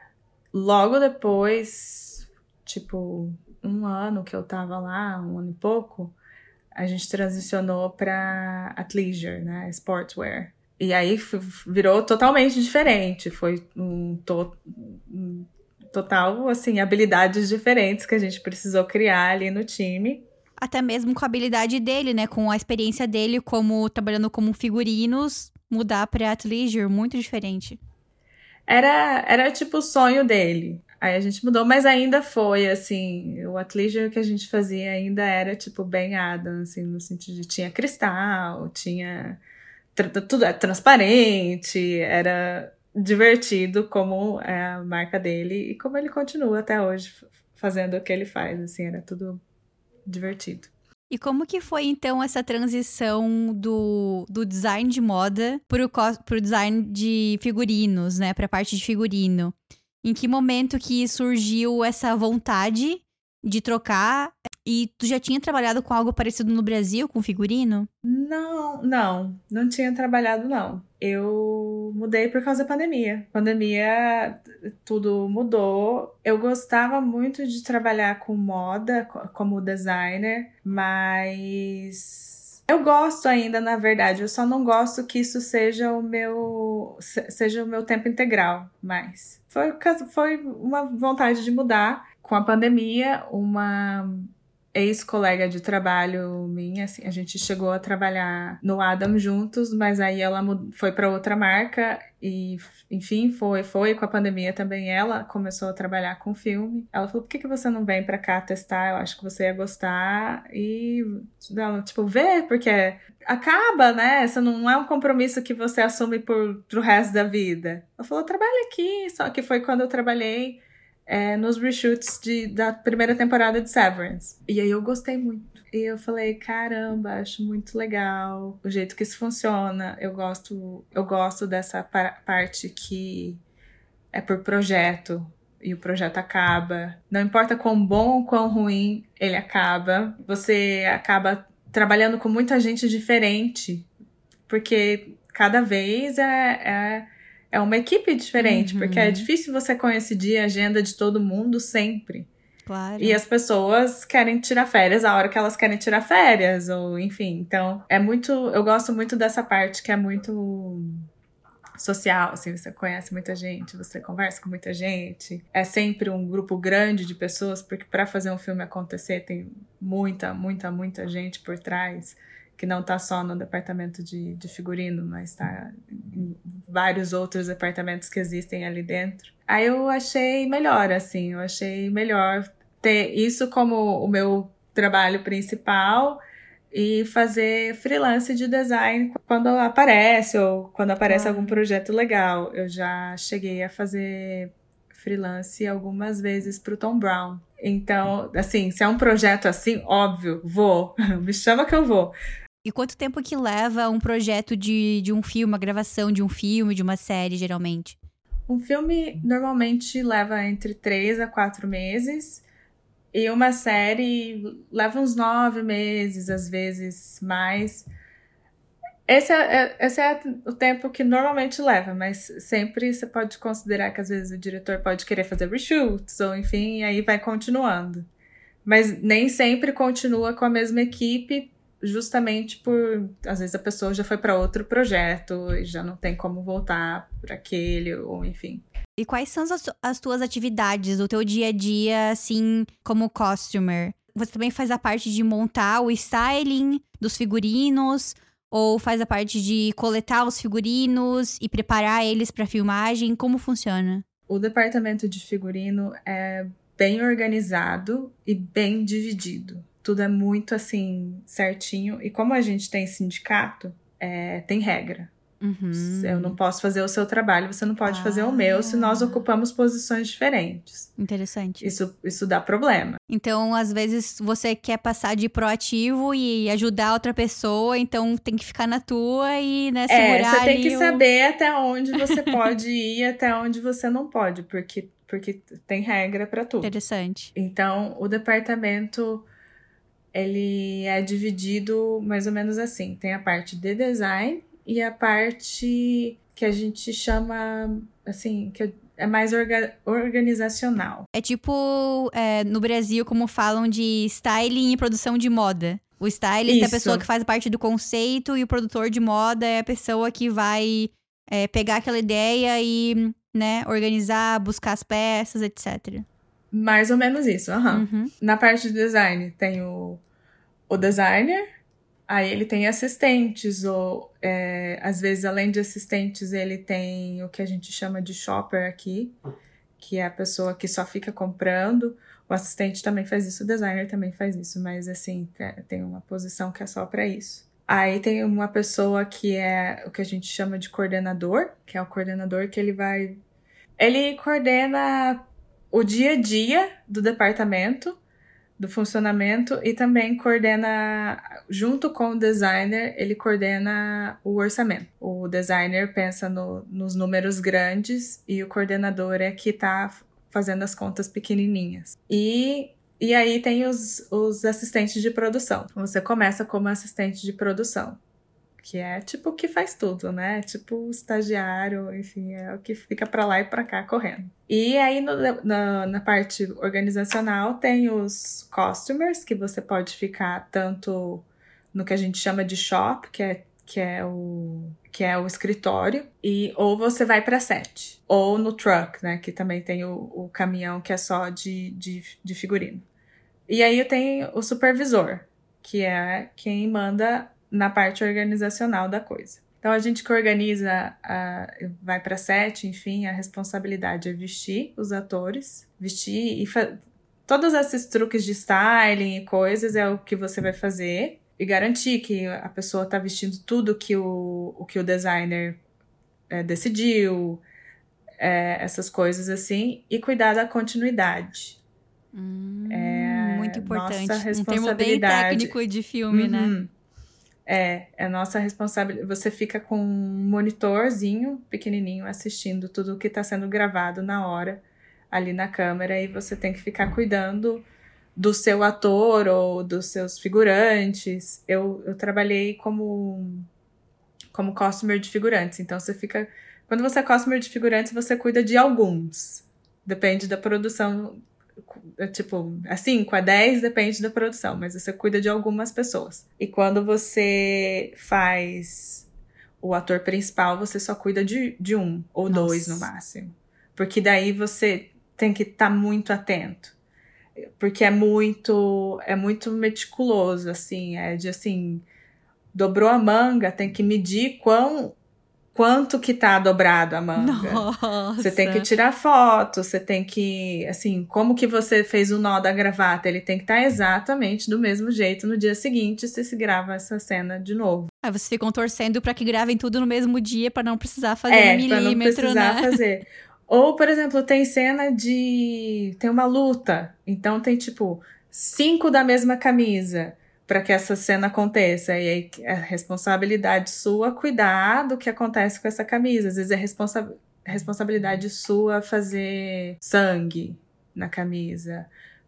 Logo depois, tipo, um ano que eu tava lá, um ano e pouco, a gente transicionou pra athleisure, né, sportswear. E aí virou totalmente diferente, foi um, to, um total, assim, habilidades diferentes que a gente precisou criar ali no time. Até mesmo com a habilidade dele, né, com a experiência dele como trabalhando como figurinos, mudar pra athleisure, muito diferente. Era, era tipo o sonho dele. Aí a gente mudou, mas ainda foi, assim, o athleisure que a gente fazia ainda era, tipo, bem Adam, assim, no sentido de tinha cristal, tinha... Tudo é transparente, era divertido como é a marca dele e como ele continua até hoje fazendo o que ele faz, assim, era tudo divertido. E como que foi, então, essa transição do, do design de moda pro, pro design de figurinos, né? Pra parte de figurino. Em que momento que surgiu essa vontade de trocar? E tu já tinha trabalhado com algo parecido no Brasil, com figurino? Não, não. Não tinha trabalhado, não. Eu mudei por causa da pandemia. Pandemia, tudo mudou. Eu gostava muito de trabalhar com moda, como designer, mas... Eu gosto ainda, na verdade. Eu só não gosto que isso seja o meu, seja o meu tempo integral, mas... Foi, foi uma vontade de mudar. Com a pandemia, uma... ex-colega de trabalho minha, assim, a gente chegou a trabalhar no Adam juntos, mas aí ela foi para outra marca e, enfim, foi, foi com a pandemia também ela começou a trabalhar com filme. Ela falou, por que, que você não vem para cá testar? Eu acho que você ia gostar e, tipo, ver, porque acaba, né? Isso não é um compromisso que você assume por, pro resto da vida. Ela falou, trabalha aqui, só que foi quando eu trabalhei é, nos reshoots de, da primeira temporada de Severance. E aí eu gostei muito. E eu falei, caramba, acho muito legal o jeito que isso funciona. Eu gosto, eu gosto dessa par- parte que é por projeto. E o projeto acaba. Não importa quão bom ou quão ruim ele acaba. Você acaba trabalhando com muita gente diferente. Porque cada vez é, é, é uma equipe diferente. Uhum. Porque é difícil você coincidir a agenda de todo mundo sempre. Claro. E as pessoas querem tirar férias a hora que elas querem tirar férias. Ou enfim, então é muito... Eu gosto muito dessa parte que é muito... social, assim, você conhece muita gente, você conversa com muita gente, é sempre um grupo grande de pessoas, porque para fazer um filme acontecer tem muita, muita, muita gente por trás, que não tá só no departamento de, de figurino, mas tá em vários outros departamentos que existem ali dentro. Aí eu achei melhor, assim, eu achei melhor ter isso como o meu trabalho principal e fazer freelance de design quando aparece ou quando aparece Claro. algum projeto legal. Eu já cheguei a fazer freelance algumas vezes pro Tom Brown. Então, assim, se é um projeto assim, óbvio, vou. Me chama que eu vou. E quanto tempo que leva um projeto de, de um filme, a gravação de um filme, de uma série, geralmente? Um filme normalmente leva entre três a quatro meses. E uma série leva uns nove meses, às vezes mais. Esse é, esse é o tempo que normalmente leva, mas sempre você pode considerar que às vezes o diretor pode querer fazer reshoots, ou enfim, e aí vai continuando. Mas nem sempre continua com a mesma equipe, justamente por, às vezes a pessoa já foi para outro projeto e já não tem como voltar para aquele, ou enfim. E quais são as, as tuas atividades, o teu dia a dia, assim, como costumer? Você também faz a parte de montar o styling dos figurinos? Ou faz a parte de coletar os figurinos e preparar eles para filmagem? Como funciona? O departamento de figurino é bem organizado e bem dividido. Tudo é muito, assim, certinho. E como a gente tem sindicato, é, tem regra. Uhum. Eu não posso fazer o seu trabalho, você não pode ah. fazer o meu, se nós ocupamos posições diferentes. Interessante. Isso, isso dá problema. Então, às vezes, você quer passar de proativo e ajudar outra pessoa, então tem que ficar na tua e, né, segurar É, você tem ali que o... saber até onde você pode ir e até onde você não pode, porque, porque tem regra para tudo. Interessante. Então, o departamento, ele é dividido mais ou menos assim. Tem a parte de design e a parte que a gente chama, assim, que é mais orga- organizacional. É tipo, é, no Brasil, como falam de styling e produção de moda. O stylist Isso. é a pessoa que faz parte do conceito e o produtor de moda é a pessoa que vai é, pegar aquela ideia e, né, organizar, buscar as peças, etcétera. Mais ou menos isso, aham. Uhum. Na parte de design tem o, o designer, aí ele tem assistentes, ou é, às vezes, além de assistentes, ele tem o que a gente chama de shopper aqui, que é a pessoa que só fica comprando. O assistente também faz isso, o designer também faz isso, mas assim, tem uma posição que é só para isso. Aí tem uma pessoa que é o que a gente chama de coordenador, que é o coordenador que ele vai... Ele coordena o dia a dia do departamento, do funcionamento, e também coordena, junto com o designer, ele coordena o orçamento. O designer pensa no, nos números grandes e o coordenador é que tá fazendo as contas pequenininhas. E, e aí tem os, os assistentes de produção. Você começa como assistente de produção, que é tipo o que faz tudo, né? Tipo o estagiário, enfim, é o que fica pra lá e pra cá correndo. E aí no, na, na parte organizacional tem os costumers, que você pode ficar tanto no que a gente chama de shop, que é, que é, o, que é o escritório, e, ou você vai pra set, ou no truck, né? Que também tem o, o caminhão que é só de, de, de figurino. E aí eu tenho o supervisor, que é quem manda na parte organizacional da coisa. Então, a gente que organiza, a, vai para set, enfim, a responsabilidade é vestir os atores, vestir e fa- todos esses truques de styling e coisas é o que você vai fazer e garantir que a pessoa está vestindo tudo que o, o que o designer é, decidiu, é, essas coisas assim, e cuidar da continuidade. Hum, é muito importante. Nossa responsabilidade. Um termo bem técnico de filme, uhum. né? É, é nossa responsabilidade. Você fica com um monitorzinho pequenininho assistindo tudo que está sendo gravado na hora, ali na câmera, e você tem que ficar cuidando do seu ator ou dos seus figurantes. Eu, eu trabalhei como, como customer de figurantes, então você fica... Quando você é customer de figurantes, você cuida de alguns. Depende da produção, tipo, a cinco, a dez, depende da produção, mas você cuida de algumas pessoas. E quando você faz o ator principal, você só cuida de, de um ou Nossa. dois no máximo. Porque daí você tem que estar tá muito atento. Porque é muito, é muito meticuloso, assim, é de assim, dobrou a manga, tem que medir quão, quanto que tá dobrado a manga. Nossa. Você tem que tirar foto, você tem que, assim, como que você fez o nó da gravata, ele tem que estar tá exatamente do mesmo jeito no dia seguinte, se se grava essa cena de novo. Aí vocês ficam torcendo pra que gravem tudo no mesmo dia, pra não precisar fazer é, no milímetro, pra não precisar né? fazer. Ou, por exemplo, tem cena de... Tem uma luta. Então tem, tipo, cinco da mesma camisa para que essa cena aconteça. E aí é responsabilidade sua cuidar do que acontece com essa camisa. Às vezes é responsa... responsabilidade sua fazer sangue na camisa.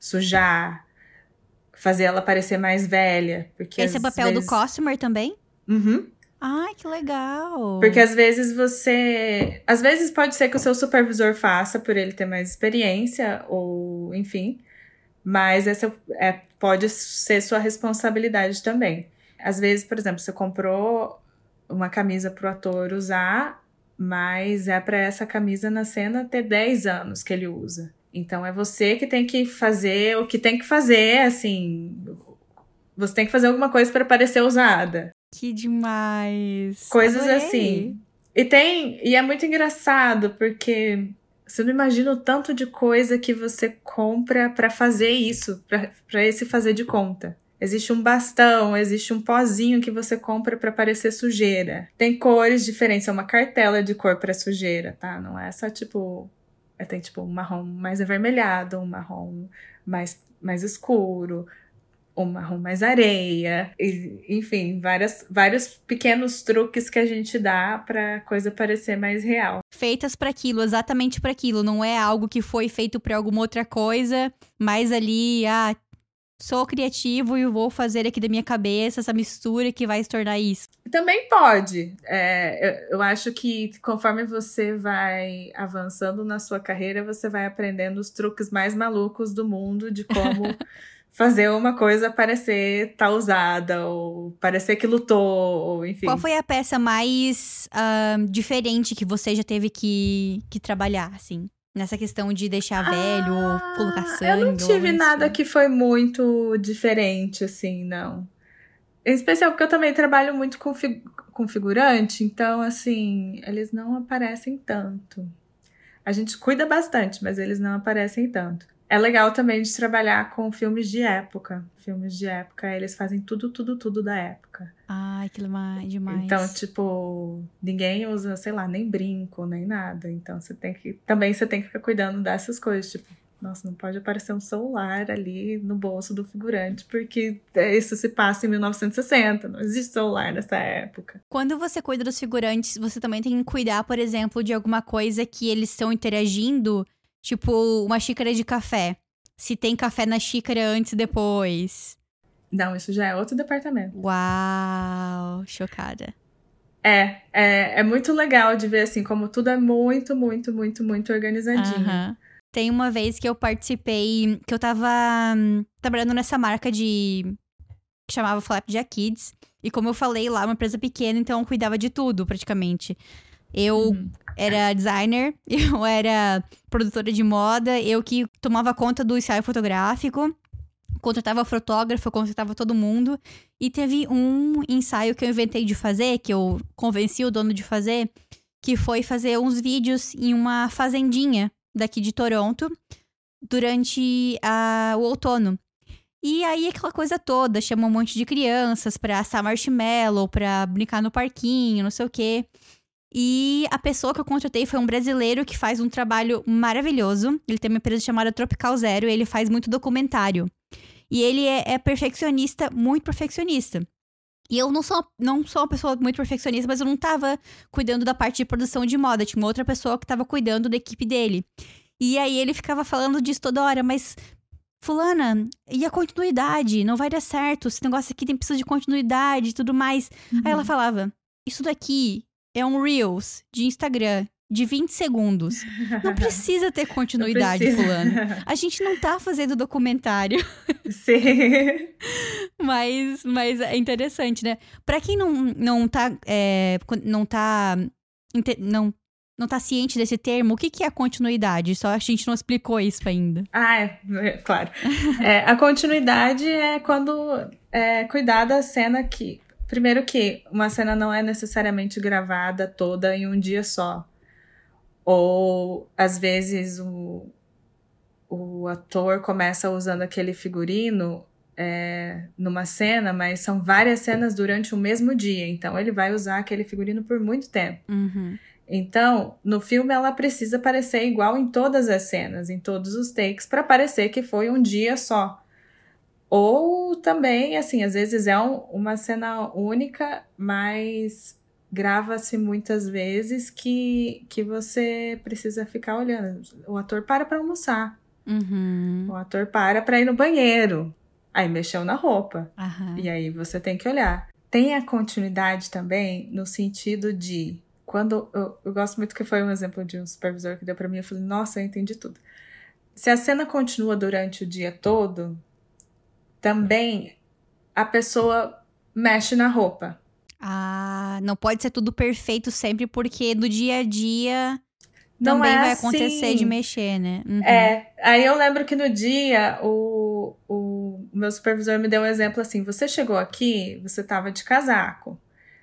Sujar. Fazer ela parecer mais velha. Porque Esse é papel vezes... do costumer também? Uhum. Ai, que legal! Porque às vezes você... Às vezes pode ser que o seu supervisor faça por ele ter mais experiência, ou enfim. Mas essa é, pode ser sua responsabilidade também. Às vezes, por exemplo, você comprou uma camisa pro ator usar, mas é para essa camisa na cena ter dez anos que ele usa. Então é você que tem que fazer o que tem que fazer, assim... Você tem que fazer alguma coisa para parecer usada. Que demais! Coisas Adorei. assim. E tem. E é muito engraçado, porque você não imagina o tanto de coisa que você compra pra fazer isso, pra, pra esse fazer de conta. Existe um bastão, existe um pozinho que você compra pra parecer sujeira. Tem cores diferentes, é uma cartela de cor pra sujeira, tá? Não é só tipo. É, tem tipo um marrom mais avermelhado, um marrom mais, mais escuro. Um marrom mais areia, e, enfim, várias, vários pequenos truques que a gente dá pra coisa parecer mais real. Feitas para aquilo, exatamente para aquilo, não é algo que foi feito para alguma outra coisa, mas ali, ah, sou criativo e vou fazer aqui da minha cabeça essa mistura que vai se tornar isso. Também pode. É, eu, eu acho que conforme você vai avançando na sua carreira, você vai aprendendo os truques mais malucos do mundo de como... fazer uma coisa parecer tá usada, ou parecer que lutou, ou enfim. Qual foi a peça mais uh, diferente que você já teve que, que trabalhar, assim? Nessa questão de deixar ah, velho, ou colocar sangue? Eu não tive nada assim. que foi muito diferente, assim, não. Em especial porque eu também trabalho muito com, fi- com figurante, então, assim, eles não aparecem tanto. A gente cuida bastante, mas eles não aparecem tanto. É legal também de trabalhar com filmes de época. Filmes de época, eles fazem tudo, tudo, tudo da época. Ai, que demais. Então, tipo, ninguém usa, sei lá, nem brinco, nem nada. Então, você tem que... Também você tem que ficar cuidando dessas coisas. Tipo, nossa, não pode aparecer um celular ali no bolso do figurante, porque isso se passa em mil novecentos e sessenta. Não existe celular nessa época. Quando você cuida dos figurantes, você também tem que cuidar, por exemplo, de alguma coisa que eles estão interagindo... Tipo, uma xícara de café. Se tem café na xícara antes e depois. Não, isso já é outro departamento. Uau, chocada. É, é, é muito legal de ver, assim, como tudo é muito, muito, muito, muito organizadinho. Uh-huh. Tem uma vez que eu participei, que eu tava hum, trabalhando nessa marca de... que chamava Flapjack Kids. E como eu falei lá, uma empresa pequena, então eu cuidava de tudo, praticamente. Eu... Uhum. Era designer, eu era produtora de moda, eu que tomava conta do ensaio fotográfico, contratava fotógrafo, contratava todo mundo. E teve um ensaio que eu inventei de fazer, que eu convenci o dono de fazer, que foi fazer uns vídeos em uma fazendinha daqui de Toronto durante a, o outono. E aí aquela coisa toda, chamou um monte de crianças pra assar marshmallow, pra brincar no parquinho, não sei o quê. E a pessoa que eu contratei foi um brasileiro que faz um trabalho maravilhoso. Ele tem uma empresa chamada Tropical Zero e ele faz muito documentário. E ele é, é perfeccionista, muito perfeccionista. E eu não sou, não sou uma pessoa muito perfeccionista, mas eu não tava cuidando da parte de produção de moda. Tinha uma outra pessoa que tava cuidando da equipe dele. E aí ele ficava falando disso toda hora, mas... Fulana, e a continuidade? Não vai dar certo. Esse negócio aqui tem precisa de continuidade e tudo mais. Uhum. Aí ela falava, isso daqui é um Reels de Instagram de vinte segundos. Não precisa ter continuidade, precisa. Fulana. A gente não tá fazendo documentário. Sim. mas, mas é interessante, né? Pra quem não, não tá... É, não tá... Não, não tá ciente desse termo, o que, que é a continuidade? Só a gente não explicou isso ainda. Ah, é, é claro. É, a continuidade é quando é, cuidar da cena que... Primeiro que uma cena não é necessariamente gravada toda em um dia só. Ou, às vezes, o, o ator começa usando aquele figurino é, numa cena, mas são várias cenas durante o mesmo dia. Então, ele vai usar aquele figurino por muito tempo. Uhum. Então, no filme, ela precisa parecer igual em todas as cenas, em todos os takes, para parecer que foi um dia só. Ou também, assim, às vezes é um, uma cena única, mas grava-se muitas vezes que, que você precisa ficar olhando. O ator para para almoçar. Uhum. O ator para para ir no banheiro. Aí mexeu na roupa. Uhum. E aí você tem que olhar. Tem a continuidade também no sentido de... Quando eu, eu gosto muito que foi um exemplo de um supervisor que deu para mim. Eu falei, nossa, eu entendi tudo. Se a cena continua durante o dia todo... Também a pessoa mexe na roupa. Ah, não pode ser tudo perfeito sempre, porque no dia a dia não também é vai assim. acontecer de mexer, né? Uhum. É, aí eu lembro que no dia o, o meu supervisor me deu um exemplo assim, você chegou aqui, você tava de casaco,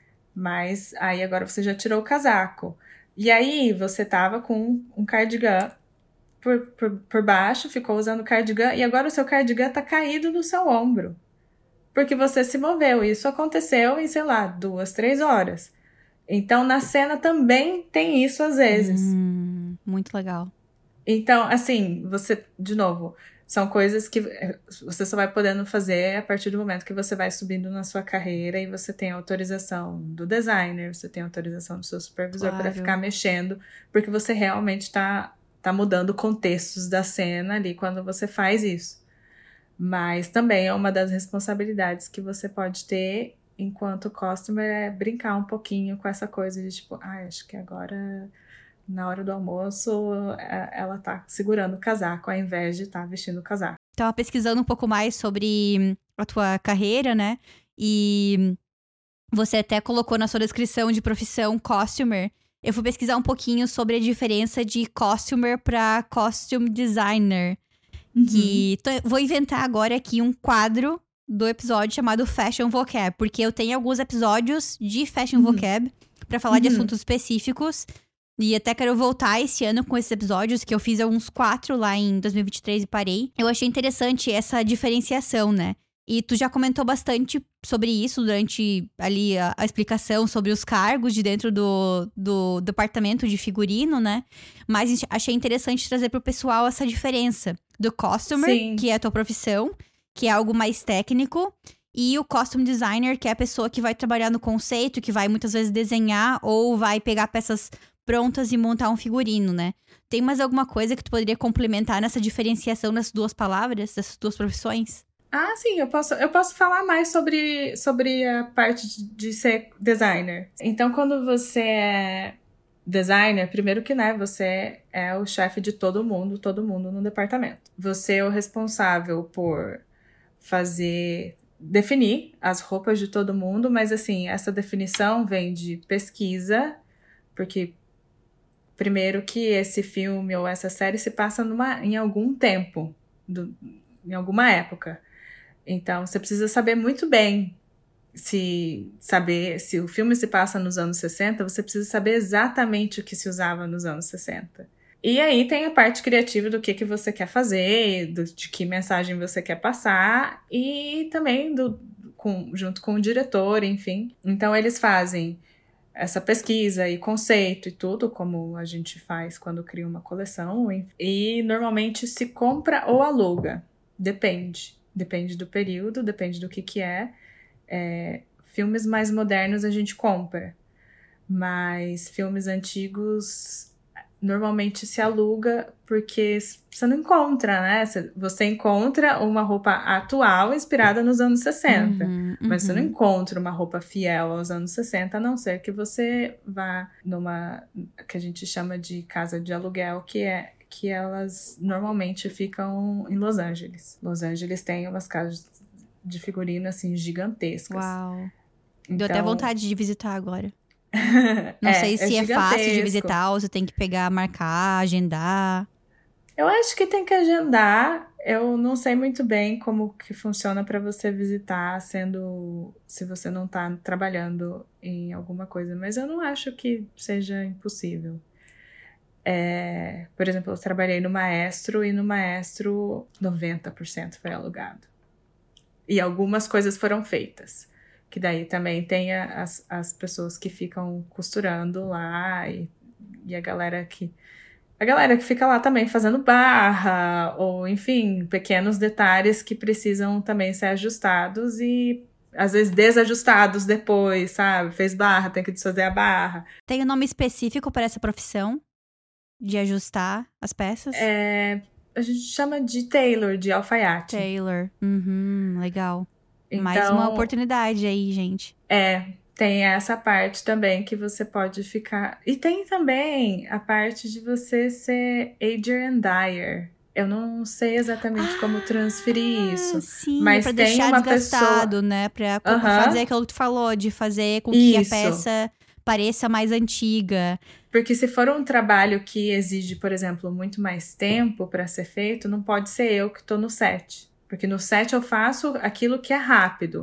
mas aí agora você já tirou o casaco. E aí você tava com um cardigan Por, por, por baixo, ficou usando o cardigan, e agora o seu cardigan tá caído no seu ombro. Porque você se moveu. Isso aconteceu em, sei lá, duas, três horas. Então, na cena também tem isso às vezes. Hum, muito legal. Então, assim, você, de novo, são coisas que você só vai podendo fazer a partir do momento que você vai subindo na sua carreira e você tem autorização do designer, você tem autorização do seu supervisor Claro. para ficar mexendo, porque você realmente tá... tá mudando contextos da cena ali quando você faz isso. Mas também é uma das responsabilidades que você pode ter enquanto customer é brincar um pouquinho com essa coisa de tipo, ah, acho que agora na hora do almoço ela tá segurando o casaco ao invés de estar tá vestindo o casaco. Tava pesquisando um pouco mais sobre a tua carreira, né? E você até colocou na sua descrição de profissão costumer. Eu fui pesquisar um pouquinho sobre a diferença de costumer para costume designer. Uhum. Que tô, vou inventar agora aqui um quadro do episódio chamado Fashion Vocab. Porque eu tenho alguns episódios de Fashion uhum. Vocab para falar uhum. de assuntos específicos. E até quero voltar esse ano com esses episódios, que eu fiz alguns quatro lá em dois mil e vinte e três e parei. Eu achei interessante essa diferenciação, né? E tu já comentou bastante sobre isso durante ali a, a explicação sobre os cargos de dentro do, do departamento de figurino, né? Mas achei interessante trazer pro pessoal essa diferença do customer, Sim. que é a tua profissão, que é algo mais técnico, e o costume designer, que é a pessoa que vai trabalhar no conceito, que vai muitas vezes desenhar ou vai pegar peças prontas e montar um figurino, né? Tem mais alguma coisa que tu poderia complementar nessa diferenciação dessas duas palavras, dessas duas profissões? Ah, sim, eu posso, eu posso falar mais sobre, sobre a parte de, de ser designer. Então, quando você é designer, primeiro que, né, você é o chefe de todo mundo, todo mundo no departamento. Você é o responsável por fazer, definir as roupas de todo mundo, mas, assim, essa definição vem de pesquisa, porque, primeiro que esse filme ou essa série se passa numa, em algum tempo, do, em alguma época. Então, você precisa saber muito bem, se saber se o filme se passa nos anos sessenta, você precisa saber exatamente o que se usava nos anos sessenta. E aí tem a parte criativa do que, que você quer fazer, do, de que mensagem você quer passar, e também do, com, junto com o diretor, enfim. Então, eles fazem essa pesquisa e conceito e tudo, como a gente faz quando cria uma coleção. E normalmente se compra ou aluga. Depende. Depende do período, depende do que que é. é filmes mais modernos a gente compra. Mas filmes antigos normalmente se aluga porque você não encontra, né? Você encontra uma roupa atual inspirada nos anos sessenta. Uhum, uhum. Mas você não encontra uma roupa fiel aos anos sessenta, a não ser que você vá numa que a gente chama de casa de aluguel, que é que elas normalmente ficam em Los Angeles. Los Angeles tem umas casas de figurino assim gigantescas. Uau! Então, deu até vontade de visitar agora. Não é, sei se é, é fácil de visitar ou você tem que pegar, marcar, agendar. Eu acho que tem que agendar. Eu não sei muito bem como que funciona para você visitar, sendo se você não tá trabalhando em alguma coisa, mas eu não acho que seja impossível. É, por exemplo, eu trabalhei no Maestro e no Maestro noventa por cento foi alugado. E algumas coisas foram feitas. Que daí também tem as, as pessoas que ficam costurando lá e, e a galera que... A galera que fica lá também fazendo barra, ou enfim, pequenos detalhes que precisam também ser ajustados e às vezes desajustados depois, sabe? Fez barra, tem que desfazer a barra. Tem um nome específico para essa profissão? De ajustar as peças? É, a gente chama de tailor, de alfaiate. Tailor, uhum, legal. Então, mais uma oportunidade aí, gente. É, tem essa parte também que você pode ficar... E tem também a parte de você ser ager and dyer. Eu não sei exatamente ah, como transferir isso. Sim, mas pra tem deixar uma desgastado, pessoa... né? Pra uhum. fazer aquilo que tu falou, de fazer com que isso. a peça pareça mais antiga. Porque se for um trabalho que exige, por exemplo, muito mais tempo para ser feito, não pode ser eu que tô no set. Porque no set eu faço aquilo que é rápido.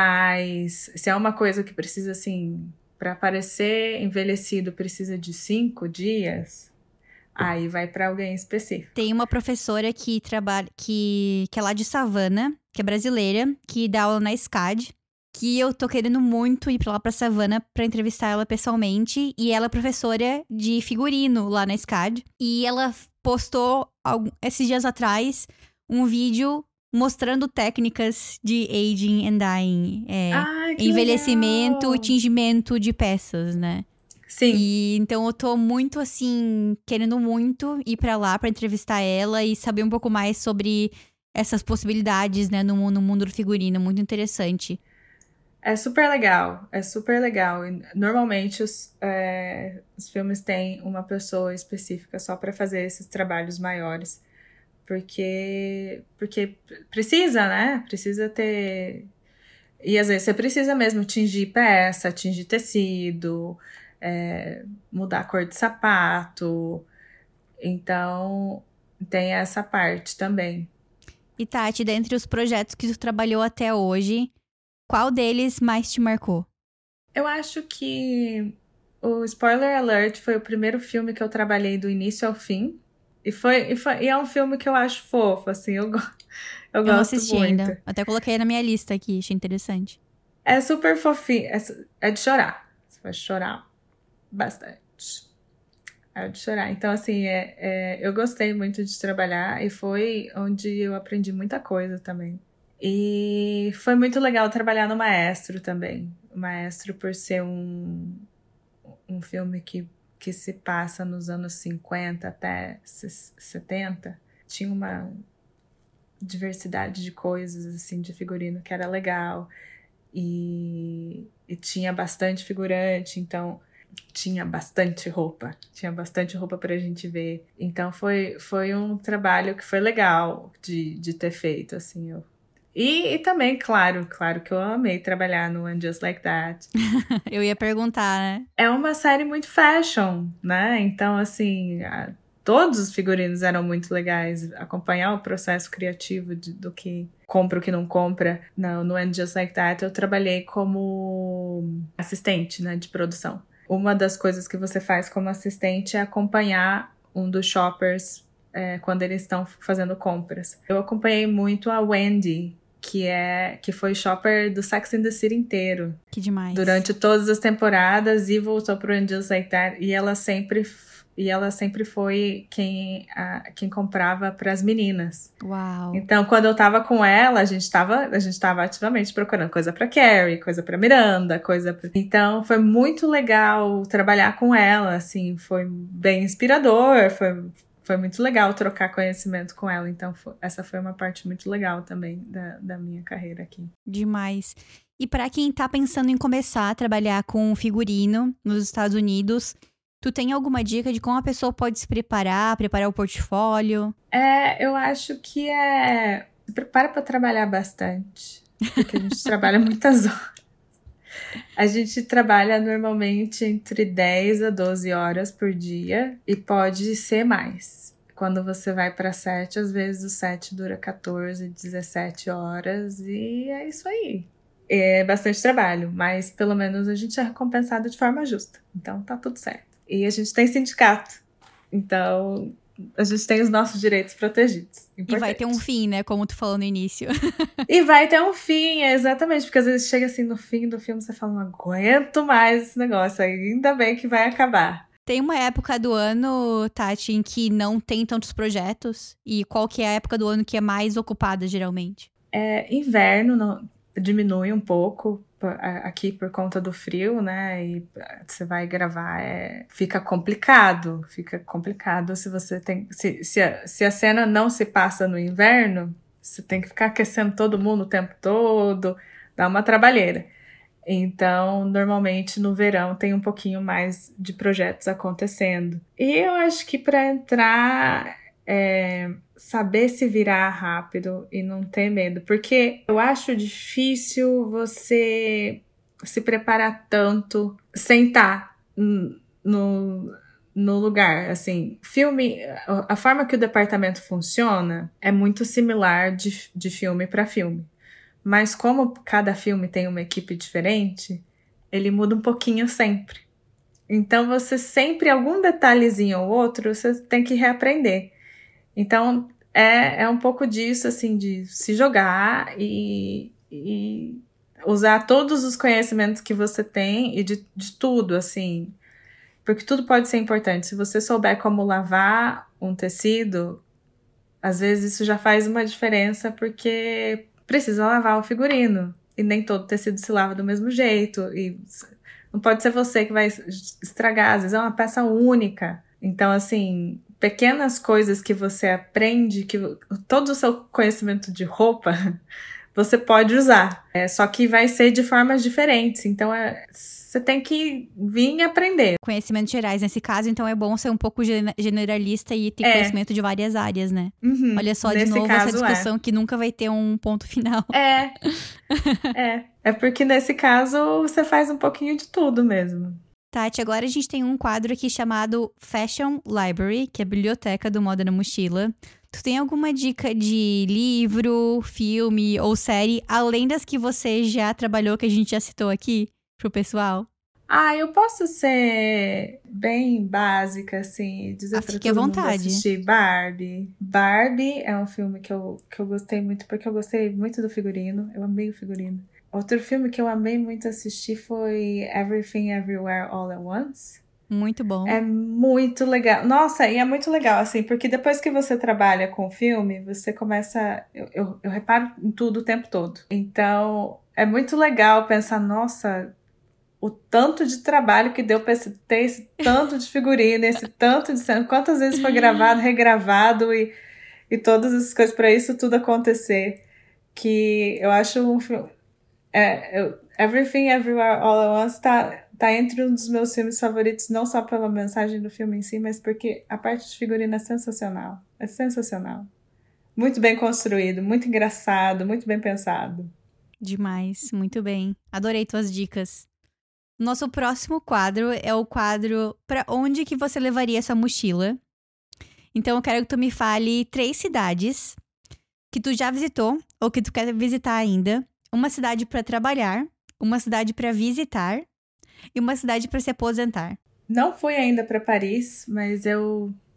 Mas se é uma coisa que precisa, assim, para parecer envelhecido, precisa de cinco dias, aí vai para alguém específico. Tem uma professora que trabalha, que, que é lá de Savannah, que é brasileira, que dá aula na S C A D, que eu tô querendo muito ir pra lá pra Savannah pra entrevistar ela pessoalmente. E ela é professora de figurino lá na S C A D. E ela postou, esses dias atrás, um vídeo mostrando técnicas de aging and dyeing. É, ah, envelhecimento legal. e tingimento de peças, né? Sim. E então eu tô muito, assim, querendo muito ir pra lá pra entrevistar ela e saber um pouco mais sobre essas possibilidades, né, no, no mundo do figurino. Muito interessante. É super legal, é super legal. E, normalmente os, é, os filmes têm uma pessoa específica só pra fazer esses trabalhos maiores. Porque, porque precisa, né? Precisa ter... E às vezes você precisa mesmo tingir peça, tingir tecido, é, mudar a cor de sapato. Então, tem essa parte também. E Tati, dentre os projetos que tu trabalhou até hoje, qual deles mais te marcou? Eu acho que o Spoiler Alert foi o primeiro filme que eu trabalhei do início ao fim. E, foi, e, foi, e é um filme que eu acho fofo, assim, eu, eu, eu gosto muito. Eu não assisti ainda, até coloquei na minha lista aqui, achei interessante. É super fofinho, é, é de chorar, você vai chorar bastante, é de chorar. Então, assim, é, é, eu gostei muito de trabalhar e foi onde eu aprendi muita coisa também. E foi muito legal trabalhar no Maestro também. O Maestro, por ser um, um filme que... que se passa nos anos cinquenta até setenta, tinha uma diversidade de coisas, assim, de figurino que era legal. E, e tinha bastante figurante, então tinha bastante roupa. Tinha bastante roupa pra gente ver. Então foi, foi um trabalho que foi legal de, de ter feito, assim, eu E, e também, claro, claro que eu amei trabalhar no And Just Like That. Eu ia perguntar, né? É uma série muito fashion, né? Então, assim, a, todos os figurinos eram muito legais. Acompanhar o processo criativo de, do que compra, o que não compra. No, no And Just Like That, eu trabalhei como assistente, né, de produção. Uma das coisas que você faz como assistente é acompanhar um dos shoppers é, quando eles estão fazendo compras. Eu acompanhei muito a Wendy, que é que foi shopper do Sex and the City inteiro. Que demais. Durante todas as temporadas e voltou pro And Just Like That. E ela sempre, e ela sempre foi quem, a, quem comprava pras meninas. Uau. Então, quando eu tava com ela, a gente tava, a gente tava ativamente procurando coisa pra Carrie, coisa pra Miranda, coisa pra... Então, foi muito legal trabalhar com ela, assim, foi bem inspirador, foi... Foi muito legal trocar conhecimento com ela. Então, foi, essa foi uma parte muito legal também da, da minha carreira aqui. Demais. E para quem tá pensando em começar a trabalhar com figurino nos Estados Unidos, tu tem alguma dica de como a pessoa pode se preparar, preparar o portfólio? É, eu acho que é... Se prepara para trabalhar bastante. Porque a gente trabalha muitas horas. A gente trabalha normalmente entre dez a doze horas por dia e pode ser mais. Quando você vai para sete, às vezes o sete dura quatorze, dezessete horas e é isso aí. É bastante trabalho, mas pelo menos a gente é recompensado de forma justa. Então tá tudo certo. E a gente tem sindicato. Então a gente tem os nossos direitos protegidos. Importante. E vai ter um fim, né? Como tu falou no início. E vai ter um fim, é exatamente. Porque às vezes chega assim no fim do filme, você fala, não aguento mais esse negócio. Ainda bem que vai acabar. Tem uma época do ano, Tati, em que não tem tantos projetos? E qual que é a época do ano que é mais ocupada, geralmente? É, inverno não, diminui um pouco aqui por conta do frio, né? E você vai gravar, é, fica complicado. Fica complicado se você tem... Se, se, a, se a cena não se passa no inverno, você tem que ficar aquecendo todo mundo o tempo todo, dá uma trabalheira. Então, normalmente no verão tem um pouquinho mais de projetos acontecendo. E eu acho que para entrar, é, saber se virar rápido e não ter medo. Porque eu acho difícil você se preparar tanto sem estar no, no lugar. Assim, filme, a forma que o departamento funciona é muito similar de, de filme para filme. Mas como cada filme tem uma equipe diferente, ele muda um pouquinho sempre. Então, você sempre, algum detalhezinho ou outro, você tem que reaprender. Então, é, é um pouco disso, assim, de se jogar e, e usar todos os conhecimentos que você tem e de, de tudo, assim. Porque tudo pode ser importante. Se você souber como lavar um tecido, às vezes isso já faz uma diferença, porque... precisa lavar o figurino. E nem todo tecido se lava do mesmo jeito. E não pode ser você que vai estragar. Às vezes é uma peça única. Então, assim, pequenas coisas que você aprende, que todo o seu conhecimento de roupa, você pode usar. É, só que vai ser de formas diferentes. Então, é, você tem que vir aprender. Conhecimentos gerais. Nesse caso, então, é bom ser um pouco generalista e ter é. conhecimento de várias áreas, né? Uhum. Olha só, Nesse de novo, caso, essa discussão é. que nunca vai ter um ponto final. É. é. É porque, nesse caso, você faz um pouquinho de tudo mesmo. Tati, agora a gente tem um quadro aqui chamado Fashion Library, que é a biblioteca do Moda na Mochila. Tu tem alguma dica de livro, filme ou série, além das que você já trabalhou, que a gente já citou aqui, pro pessoal? Ah, eu posso ser bem básica, assim, dizer ah, pra fique à todo vontade. mundo assistir Barbie. Barbie é um filme que eu, que eu gostei muito, porque eu gostei muito do figurino. Eu amei o figurino. Outro filme que eu amei muito assistir foi Everything Everywhere All at Once. Muito bom. É muito legal. Nossa, e é muito legal, assim, porque depois que você trabalha com filme, você começa... Eu, eu, eu reparo em tudo o tempo todo. Então, é muito legal pensar, nossa, o tanto de trabalho que deu pra ter esse tanto de figurino, esse tanto de cena. Quantas vezes foi gravado, regravado e, e todas essas coisas pra isso tudo acontecer. Que eu acho um filme... É, eu, Everything Everywhere All at Once tá... Tá entre um dos meus filmes favoritos, não só pela mensagem do filme em si, mas porque a parte de figurino é sensacional. É sensacional. Muito bem construído, muito engraçado, muito bem pensado. Demais, muito bem. Adorei tuas dicas. Nosso próximo quadro é o quadro Pra onde que você levaria essa mochila? Então eu quero que tu me fale três cidades que tu já visitou ou que tu quer visitar ainda. Uma cidade pra trabalhar, uma cidade pra visitar e uma cidade para se aposentar. Não fui ainda para Paris, mas eu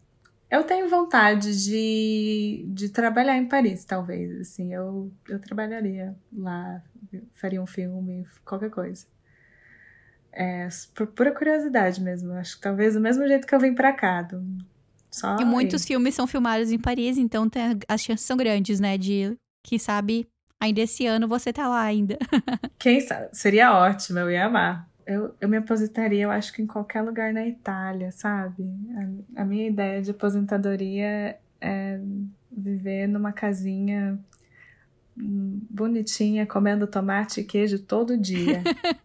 Eu tenho vontade de, de trabalhar em Paris, talvez, assim, eu, eu trabalharia lá, faria um filme, qualquer coisa. É, por pura curiosidade mesmo, acho que talvez do mesmo jeito que eu vim pra cá, do, só E muitos aí. filmes são filmados em Paris, então tem, as chances são grandes, né, de, quem sabe, ainda esse ano você tá lá ainda. Quem sabe, seria ótimo, eu ia amar. Eu, eu me aposentaria, eu acho que em qualquer lugar na Itália, sabe? A, a minha ideia de aposentadoria é viver numa casinha bonitinha, comendo tomate e queijo todo dia.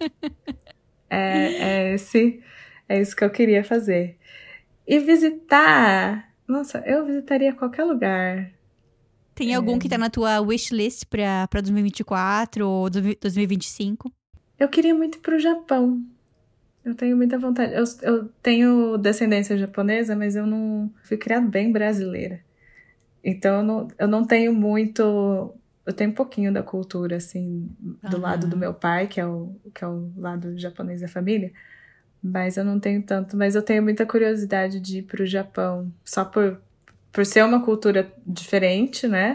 é, é, esse, é isso que eu queria fazer. E visitar... Nossa, eu visitaria qualquer lugar. Tem algum que tá na tua wishlist pra, pra dois mil e vinte e quatro ou dois mil e vinte e cinco? Eu queria muito ir pro Japão. Eu tenho muita vontade. Eu, eu tenho descendência japonesa, mas eu não fui criada bem brasileira. Então eu não, eu não tenho muito. Eu tenho um pouquinho da cultura, assim, do Aham. lado do meu pai, que é, o, que é o lado japonês da família. Mas eu não tenho tanto. Mas eu tenho muita curiosidade de ir pro Japão. Só por, por ser uma cultura diferente, né?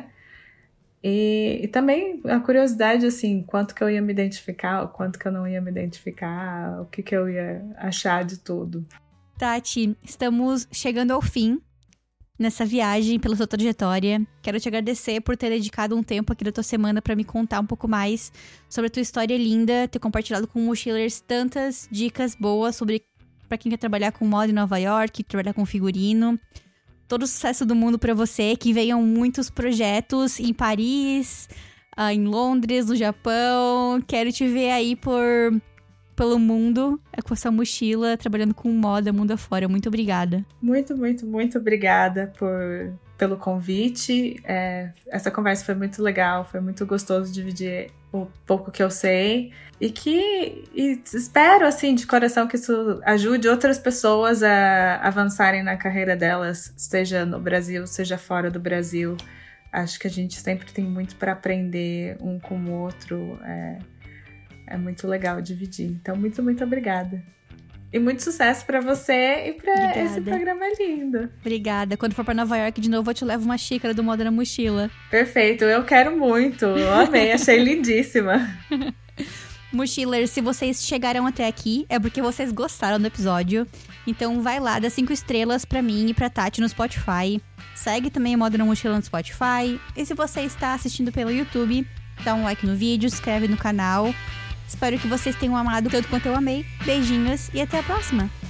E, e também a curiosidade, assim, quanto que eu ia me identificar, o quanto que eu não ia me identificar, o que que eu ia achar de tudo. Tati, estamos chegando ao fim nessa viagem pela sua trajetória. Quero te agradecer por ter dedicado um tempo aqui da tua semana pra me contar um pouco mais sobre a tua história linda, ter compartilhado com o Mochilers tantas dicas boas sobre pra quem quer trabalhar com moda em Nova York, trabalhar com figurino. Todo o sucesso do mundo pra você, que venham muitos projetos em Paris, uh, em Londres, no Japão. Quero te ver aí por, pelo mundo, com essa mochila, trabalhando com moda mundo afora. Muito obrigada. Muito, muito, muito obrigada por, pelo convite. É, essa conversa foi muito legal, foi muito gostoso dividir o pouco que eu sei. E que e espero, assim, de coração que isso ajude outras pessoas a avançarem na carreira delas, seja no Brasil, seja fora do Brasil. Acho que a gente sempre tem muito para aprender um com o outro. É, é muito legal dividir. Então, muito, muito obrigada. E muito sucesso para você e para esse programa lindo. Obrigada. Quando for para Nova York de novo, eu te levo uma xícara do Moda na Mochila. Perfeito, eu quero muito. Eu amei, achei lindíssima. Mochilers, se vocês chegaram até aqui, é porque vocês gostaram do episódio. Então vai lá, dá cinco estrelas pra mim e pra Tati no Spotify. Segue também o Moda na Mochila no Spotify. E se você está assistindo pelo YouTube, dá um like no vídeo, se inscreve no canal. Espero que vocês tenham amado tanto quanto eu amei. Beijinhos e até a próxima!